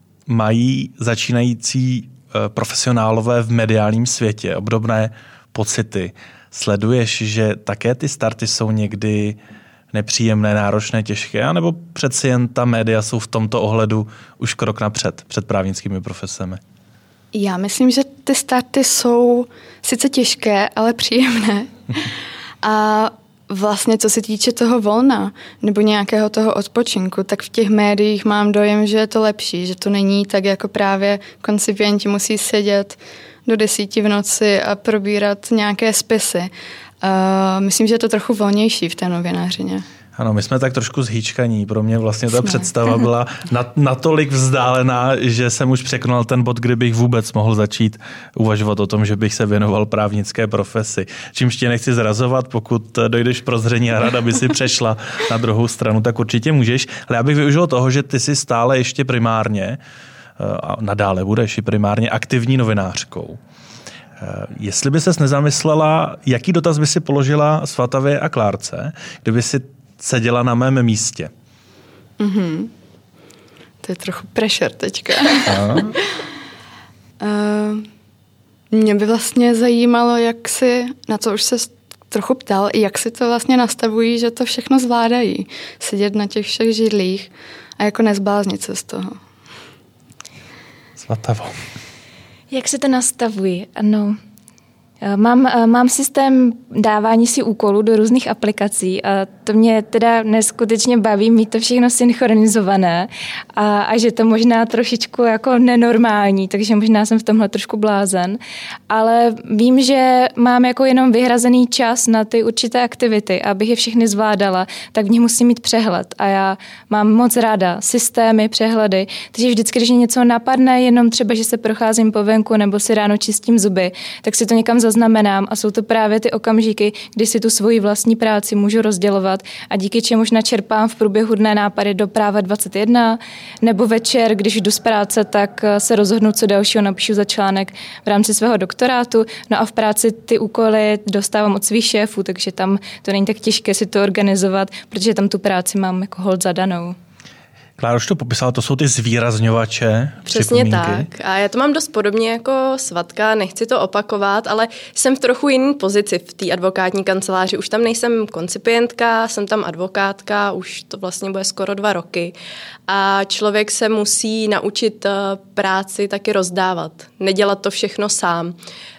mají začínající profesionálové v mediálním světě obdobné pocity Sleduješ, že také ty starty jsou někdy nepříjemné, náročné, těžké, anebo přeci jen ta média jsou v tomto ohledu už krok napřed před právnickými profesemi? Já myslím, že ty starty jsou sice těžké, ale příjemné. A vlastně co se týče toho volna nebo nějakého toho odpočinku, tak v těch médiích mám dojem, že je to lepší, že to není tak, jako právě koncipienti musí sedět do desíti v noci a probírat nějaké spisy. Uh, myslím, že je to trochu volnější v té novinářině. Ano, my jsme tak trošku zhýčkaní. Pro mě vlastně ta představa byla natolik vzdálená, že jsem už překonal ten bod, kdy bych vůbec mohl začít uvažovat o tom, že bych se věnoval právnické profesi. Čímž tě nechci zrazovat, pokud dojdeš prozření a rada by si přešla na druhou stranu, tak určitě můžeš. Ale já bych využil toho, že ty jsi stále ještě primárně, a nadále budeš i primárně aktivní novinářkou. Jestli by ses nezamyslela, jaký dotaz by si položila Svatavě a Klárce, kdyby si seděla na mém místě? Mm-hmm. To je trochu pressure teďka. uh, mě by vlastně zajímalo, jak si, na to už se trochu ptal, jak si to vlastně nastavují, že to všechno zvládají. Sedět na těch všech židlích a jako nezbláznit se z toho. Svatavo. Jak se to nastavují? Ano. Mám, mám systém dávání si úkolů do různých aplikací a to mě teda neskutečně baví mít to všechno synchronizované a, a že to možná trošičku jako nenormální, takže možná jsem v tomhle trošku blázen, ale vím, že mám jako jenom vyhrazený čas na ty určité aktivity, abych je všechny zvládala, tak v nich musím mít přehled a já mám moc ráda systémy, přehledy, takže vždycky, když mě něco napadne, jenom třeba, že se procházím po venku nebo si ráno čistím zuby, tak si to někam zaznamenám a jsou to právě ty okamžiky, kdy si tu svoji vlastní práci můžu rozdělovat a díky čemuž načerpám v průběhu dne nápady do Práva dvacet jedna nebo večer, když jdu z práce, tak se rozhodnu, co dalšího napíšu za článek v rámci svého doktorátu. No a v práci ty úkoly dostávám od svých šéfů, takže tam to není tak těžké si to organizovat, protože tam tu práci mám jako holt zadanou. Klára už to popsala, to jsou ty zvýrazňovače. Přesně tak. A já to mám dost podobně jako Svatka, nechci to opakovat, ale jsem v trochu jiný pozici v té advokátní kanceláři. Už tam nejsem koncipientka, jsem tam advokátka, už to vlastně bude skoro dva roky. A člověk se musí naučit práci taky rozdávat, nedělat to všechno sám.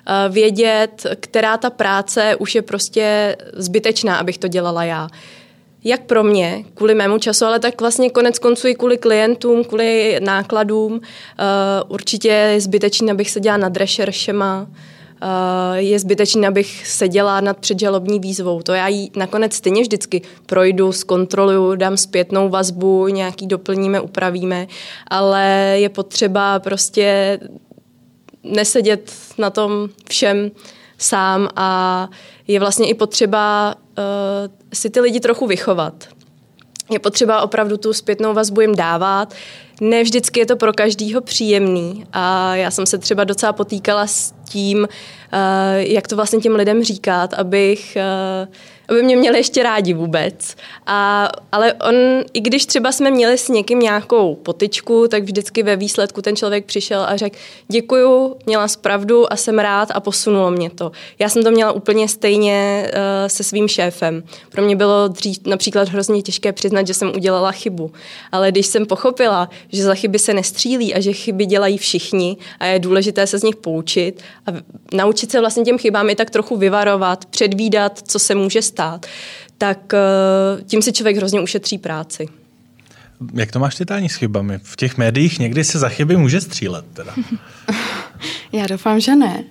Vědět, která ta práce už je prostě zbytečná, abych to dělala já. Jak pro mě, kvůli mému času, ale tak vlastně konec konců i kvůli klientům, kvůli nákladům. Uh, určitě je zbytečný, abych seděla nad rešeršema, uh, je zbytečný, abych seděla nad předžalobní výzvou. To já ji nakonec stejně vždycky projdu, zkontroluju, dám zpětnou vazbu, nějaký doplníme, upravíme, ale je potřeba prostě nesedět na tom všem sám a je vlastně i potřeba uh, si ty lidi trochu vychovat. Je potřeba opravdu tu zpětnou vazbu jim dávat. Ne vždycky je to pro každýho příjemný a já jsem se třeba docela potýkala s tím, uh, jak to vlastně těm lidem říkat, abych, uh, aby mě měli ještě rádi vůbec. A, ale on, i když třeba jsme měli s někým nějakou potyčku, tak vždycky ve výsledku ten člověk přišel a řekl děkuju, měla jsi pravdu a jsem rád a posunulo mě to. Já jsem to měla úplně stejně uh, se svým šéfem. Pro mě bylo dřív například hrozně těžké přiznat, že jsem udělala chybu. Ale když jsem pochopila, že za chyby se nestřílí a že chyby dělají všichni a je důležité se z nich poučit a naučit se vlastně těm chybám i tak trochu vyvarovat, předvídat, co se může stát, tak tím si člověk hrozně ušetří práci. Jak to máš ty tání s chybami? V těch médiích někdy se za chyby může střílet teda. Já doufám, že ne.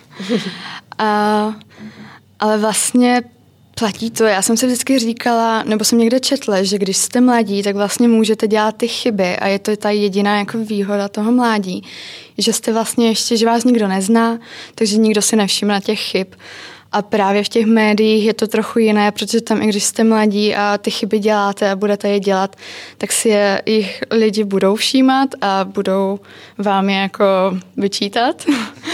a, ale vlastně platí to. Já jsem si vždycky říkala, nebo jsem někde četla, že když jste mladí, tak vlastně můžete dělat ty chyby a je to ta jediná jako výhoda toho mládí, že jste vlastně ještě, že vás nikdo nezná, takže nikdo si nevšimne těch chyb. A právě v těch médiích je to trochu jiné, protože tam, i když jste mladí a ty chyby děláte a budete je dělat, tak si je jich lidi budou všímat a budou vám je jako vyčítat.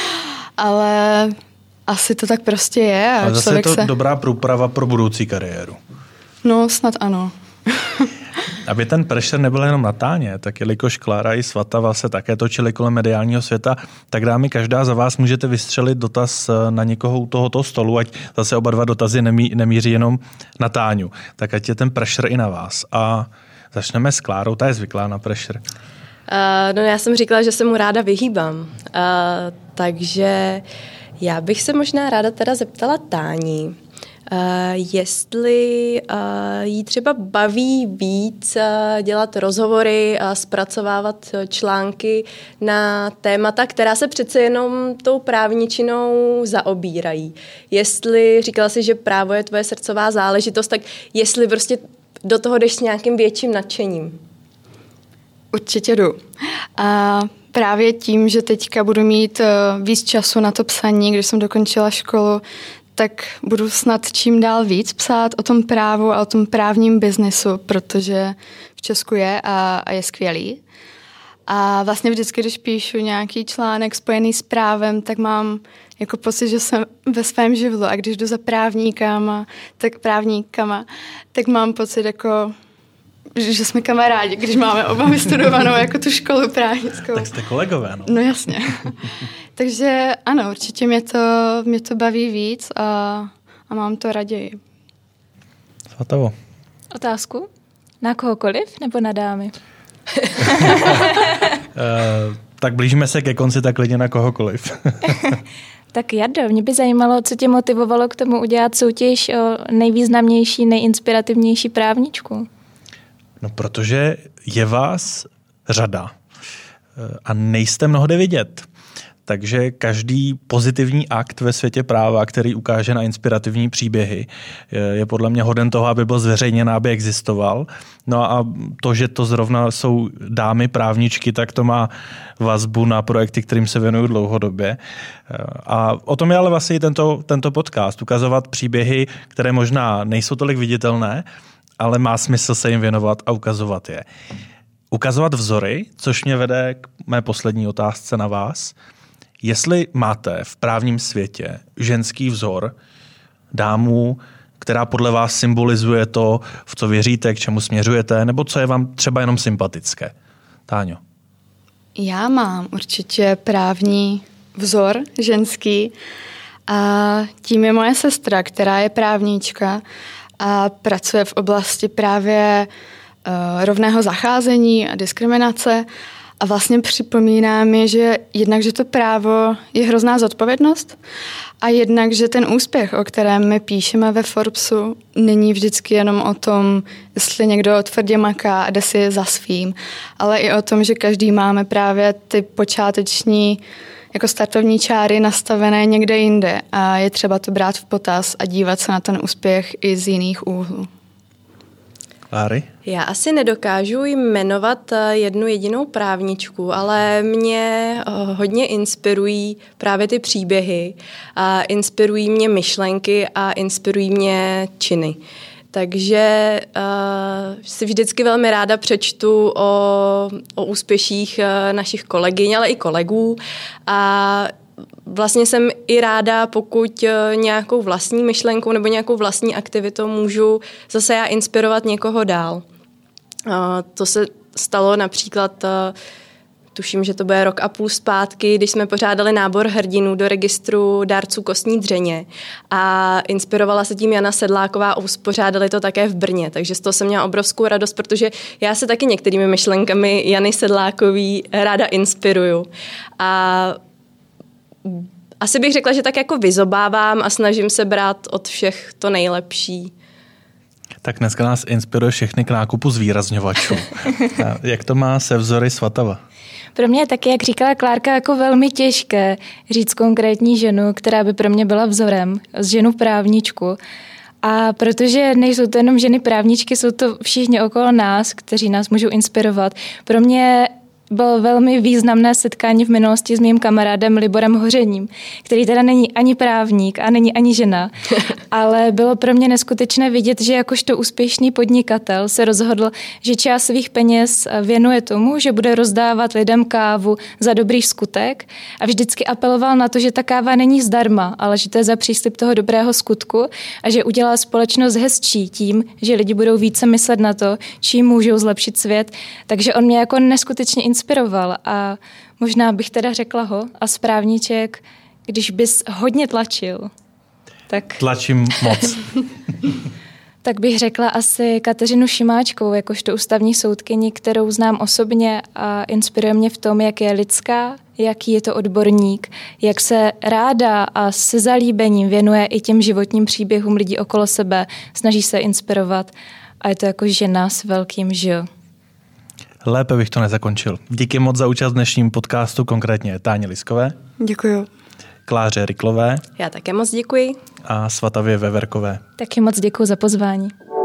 Ale asi to tak prostě je. A ale zase člověk je to se... dobrá průprava pro budoucí kariéru. No, snad ano. Aby ten pressure nebyl jenom na Táně, tak jelikož Klára i Svatava se také točili kolem mediálního světa, tak dámy, každá za vás můžete vystřelit dotaz na někoho u tohoto stolu, ať zase oba dva dotazy nemí, nemíří jenom na Táňu. Tak ať je ten pressure i na vás. A začneme s Klárou, ta je zvyklá na pressure. Uh, no já jsem říkala, že se mu ráda vyhýbám. Uh, takže já bych se možná ráda teda zeptala Táni, Uh, jestli uh, jí třeba baví víc uh, dělat rozhovory a zpracovávat články na témata, která se přece jenom tou právničinou zaobírají. Jestli, říkala si, že právo je tvoje srdcová záležitost, tak jestli prostě do toho jdeš s nějakým větším nadšením. Určitě jdu. A právě tím, že teďka budu mít uh, víc času na to psaní, když jsem dokončila školu, tak budu snad čím dál víc psát o tom právu a o tom právním biznesu, protože v Česku je a, a je skvělý. A vlastně vždycky, když píšu nějaký článek spojený s právem, tak mám jako pocit, že jsem ve svém živlu. A když jdu za právníkama, tak právníkama, tak mám pocit jako, že jsme kamarádi, když máme oba vystudovanou jako tu školu právnickou. Tak jste kolegové, no. No jasně. Takže ano, určitě mě to, mě to baví víc a, a mám to raději. Svatavo. Otázku? Na kohokoliv nebo na dámy? uh, tak blížíme se ke konci, tak klidně na kohokoliv. Tak Jardo, mě by zajímalo, co tě motivovalo k tomu udělat soutěž o nejvýznamnější, nejinspirativnější právničku. No, protože je vás řada a nejste mnohde vidět. Takže každý pozitivní akt ve světě práva, který ukáže na inspirativní příběhy, je podle mě hoden toho, aby byl zveřejněn, aby existoval. No a to, že to zrovna jsou dámy právničky, tak to má vazbu na projekty, kterým se věnuju dlouhodobě. A o tom je ale vlastně i tento, tento podcast. Ukazovat příběhy, které možná nejsou tolik viditelné, ale má smysl se jim věnovat a ukazovat je. Ukazovat vzory, což mě vede k mé poslední otázce na vás. Jestli máte v právním světě ženský vzor, dámu, která podle vás symbolizuje to, v co věříte, k čemu směřujete, nebo co je vám třeba jenom sympatické. Táňo. Já mám určitě právní vzor ženský a tím je moje sestra, která je právníčka a pracuje v oblasti právě uh, rovného zacházení a diskriminace. A vlastně připomíná mi, že jednak, že to právo je hrozná zodpovědnost a jednak, že ten úspěch, o kterém my píšeme ve Forbesu, není vždycky jenom o tom, jestli někdo tvrdě maká a jde si za svým, ale i o tom, že každý máme právě ty počáteční jako startovní čáry nastavené někde jinde a je třeba to brát v potaz a dívat se na ten úspěch i z jiných úhlů. Kláry? Já asi nedokážu jmenovat jednu jedinou právničku, ale mě hodně inspirují právě ty příběhy, a inspirují mě myšlenky a inspirují mě činy. Takže uh, si vždycky velmi ráda přečtu o, o úspěších uh, našich kolegyň, ale i kolegů a vlastně jsem i ráda, pokud nějakou vlastní myšlenkou nebo nějakou vlastní aktivitou můžu zase já inspirovat někoho dál. To se stalo například, tuším, že to bude rok a půl zpátky, když jsme pořádali nábor hrdinů do registru dárců kostní dřeně a inspirovala se tím Jana Sedláková a uspořádali to také v Brně, takže z toho jsem měla obrovskou radost, protože já se taky některými myšlenkami Jany Sedlákový ráda inspiruju. A asi bych řekla, že tak jako vyzobávám a snažím se brát od všech to nejlepší. Tak dneska nás inspiruje všechny k nákupu zvýrazňovačů. Jak to má se vzory Svatava? Pro mě je taky, jak říkala Klárka, jako velmi těžké říct konkrétní ženu, která by pro mě byla vzorem, z ženu právničku. A protože nejsou to jenom ženy právničky, jsou to všichni okolo nás, kteří nás můžou inspirovat. Pro mě bylo velmi významné setkání v minulosti s mým kamarádem Liborem Hořením, který teda není ani právník a není ani žena, ale bylo pro mě neskutečné vidět, že jakožto úspěšný podnikatel se rozhodl, že část svých peněz věnuje tomu, že bude rozdávat lidem kávu za dobrý skutek a vždycky apeloval na to, že ta káva není zdarma, ale že to je za příslib toho dobrého skutku a že udělá společnost hezčí tím, že lidi budou více myslet na to, čím můžou zlepšit svět. Takže on mě jako neskutečně inspiroval a možná bych teda řekla ho a správníček, když bys hodně tlačil, tak... Tlačím moc. Tak bych řekla asi Kateřinu Šimáčkovou, jakožto ústavní soudkyni, kterou znám osobně a inspiruje mě v tom, jak je lidská, jaký je to odborník, jak se ráda a se zalíbením věnuje i těm životním příběhům lidí okolo sebe, snaží se inspirovat a je to jako žena s velkým Ž. Lépe bych to nezakončil. Díky moc za účast v dnešním podcastu, konkrétně Táně Liskové. Děkuju. Kláře Ryklové. Já také moc děkuji. A Svatavě Veverkové. Taky moc děkuji za pozvání.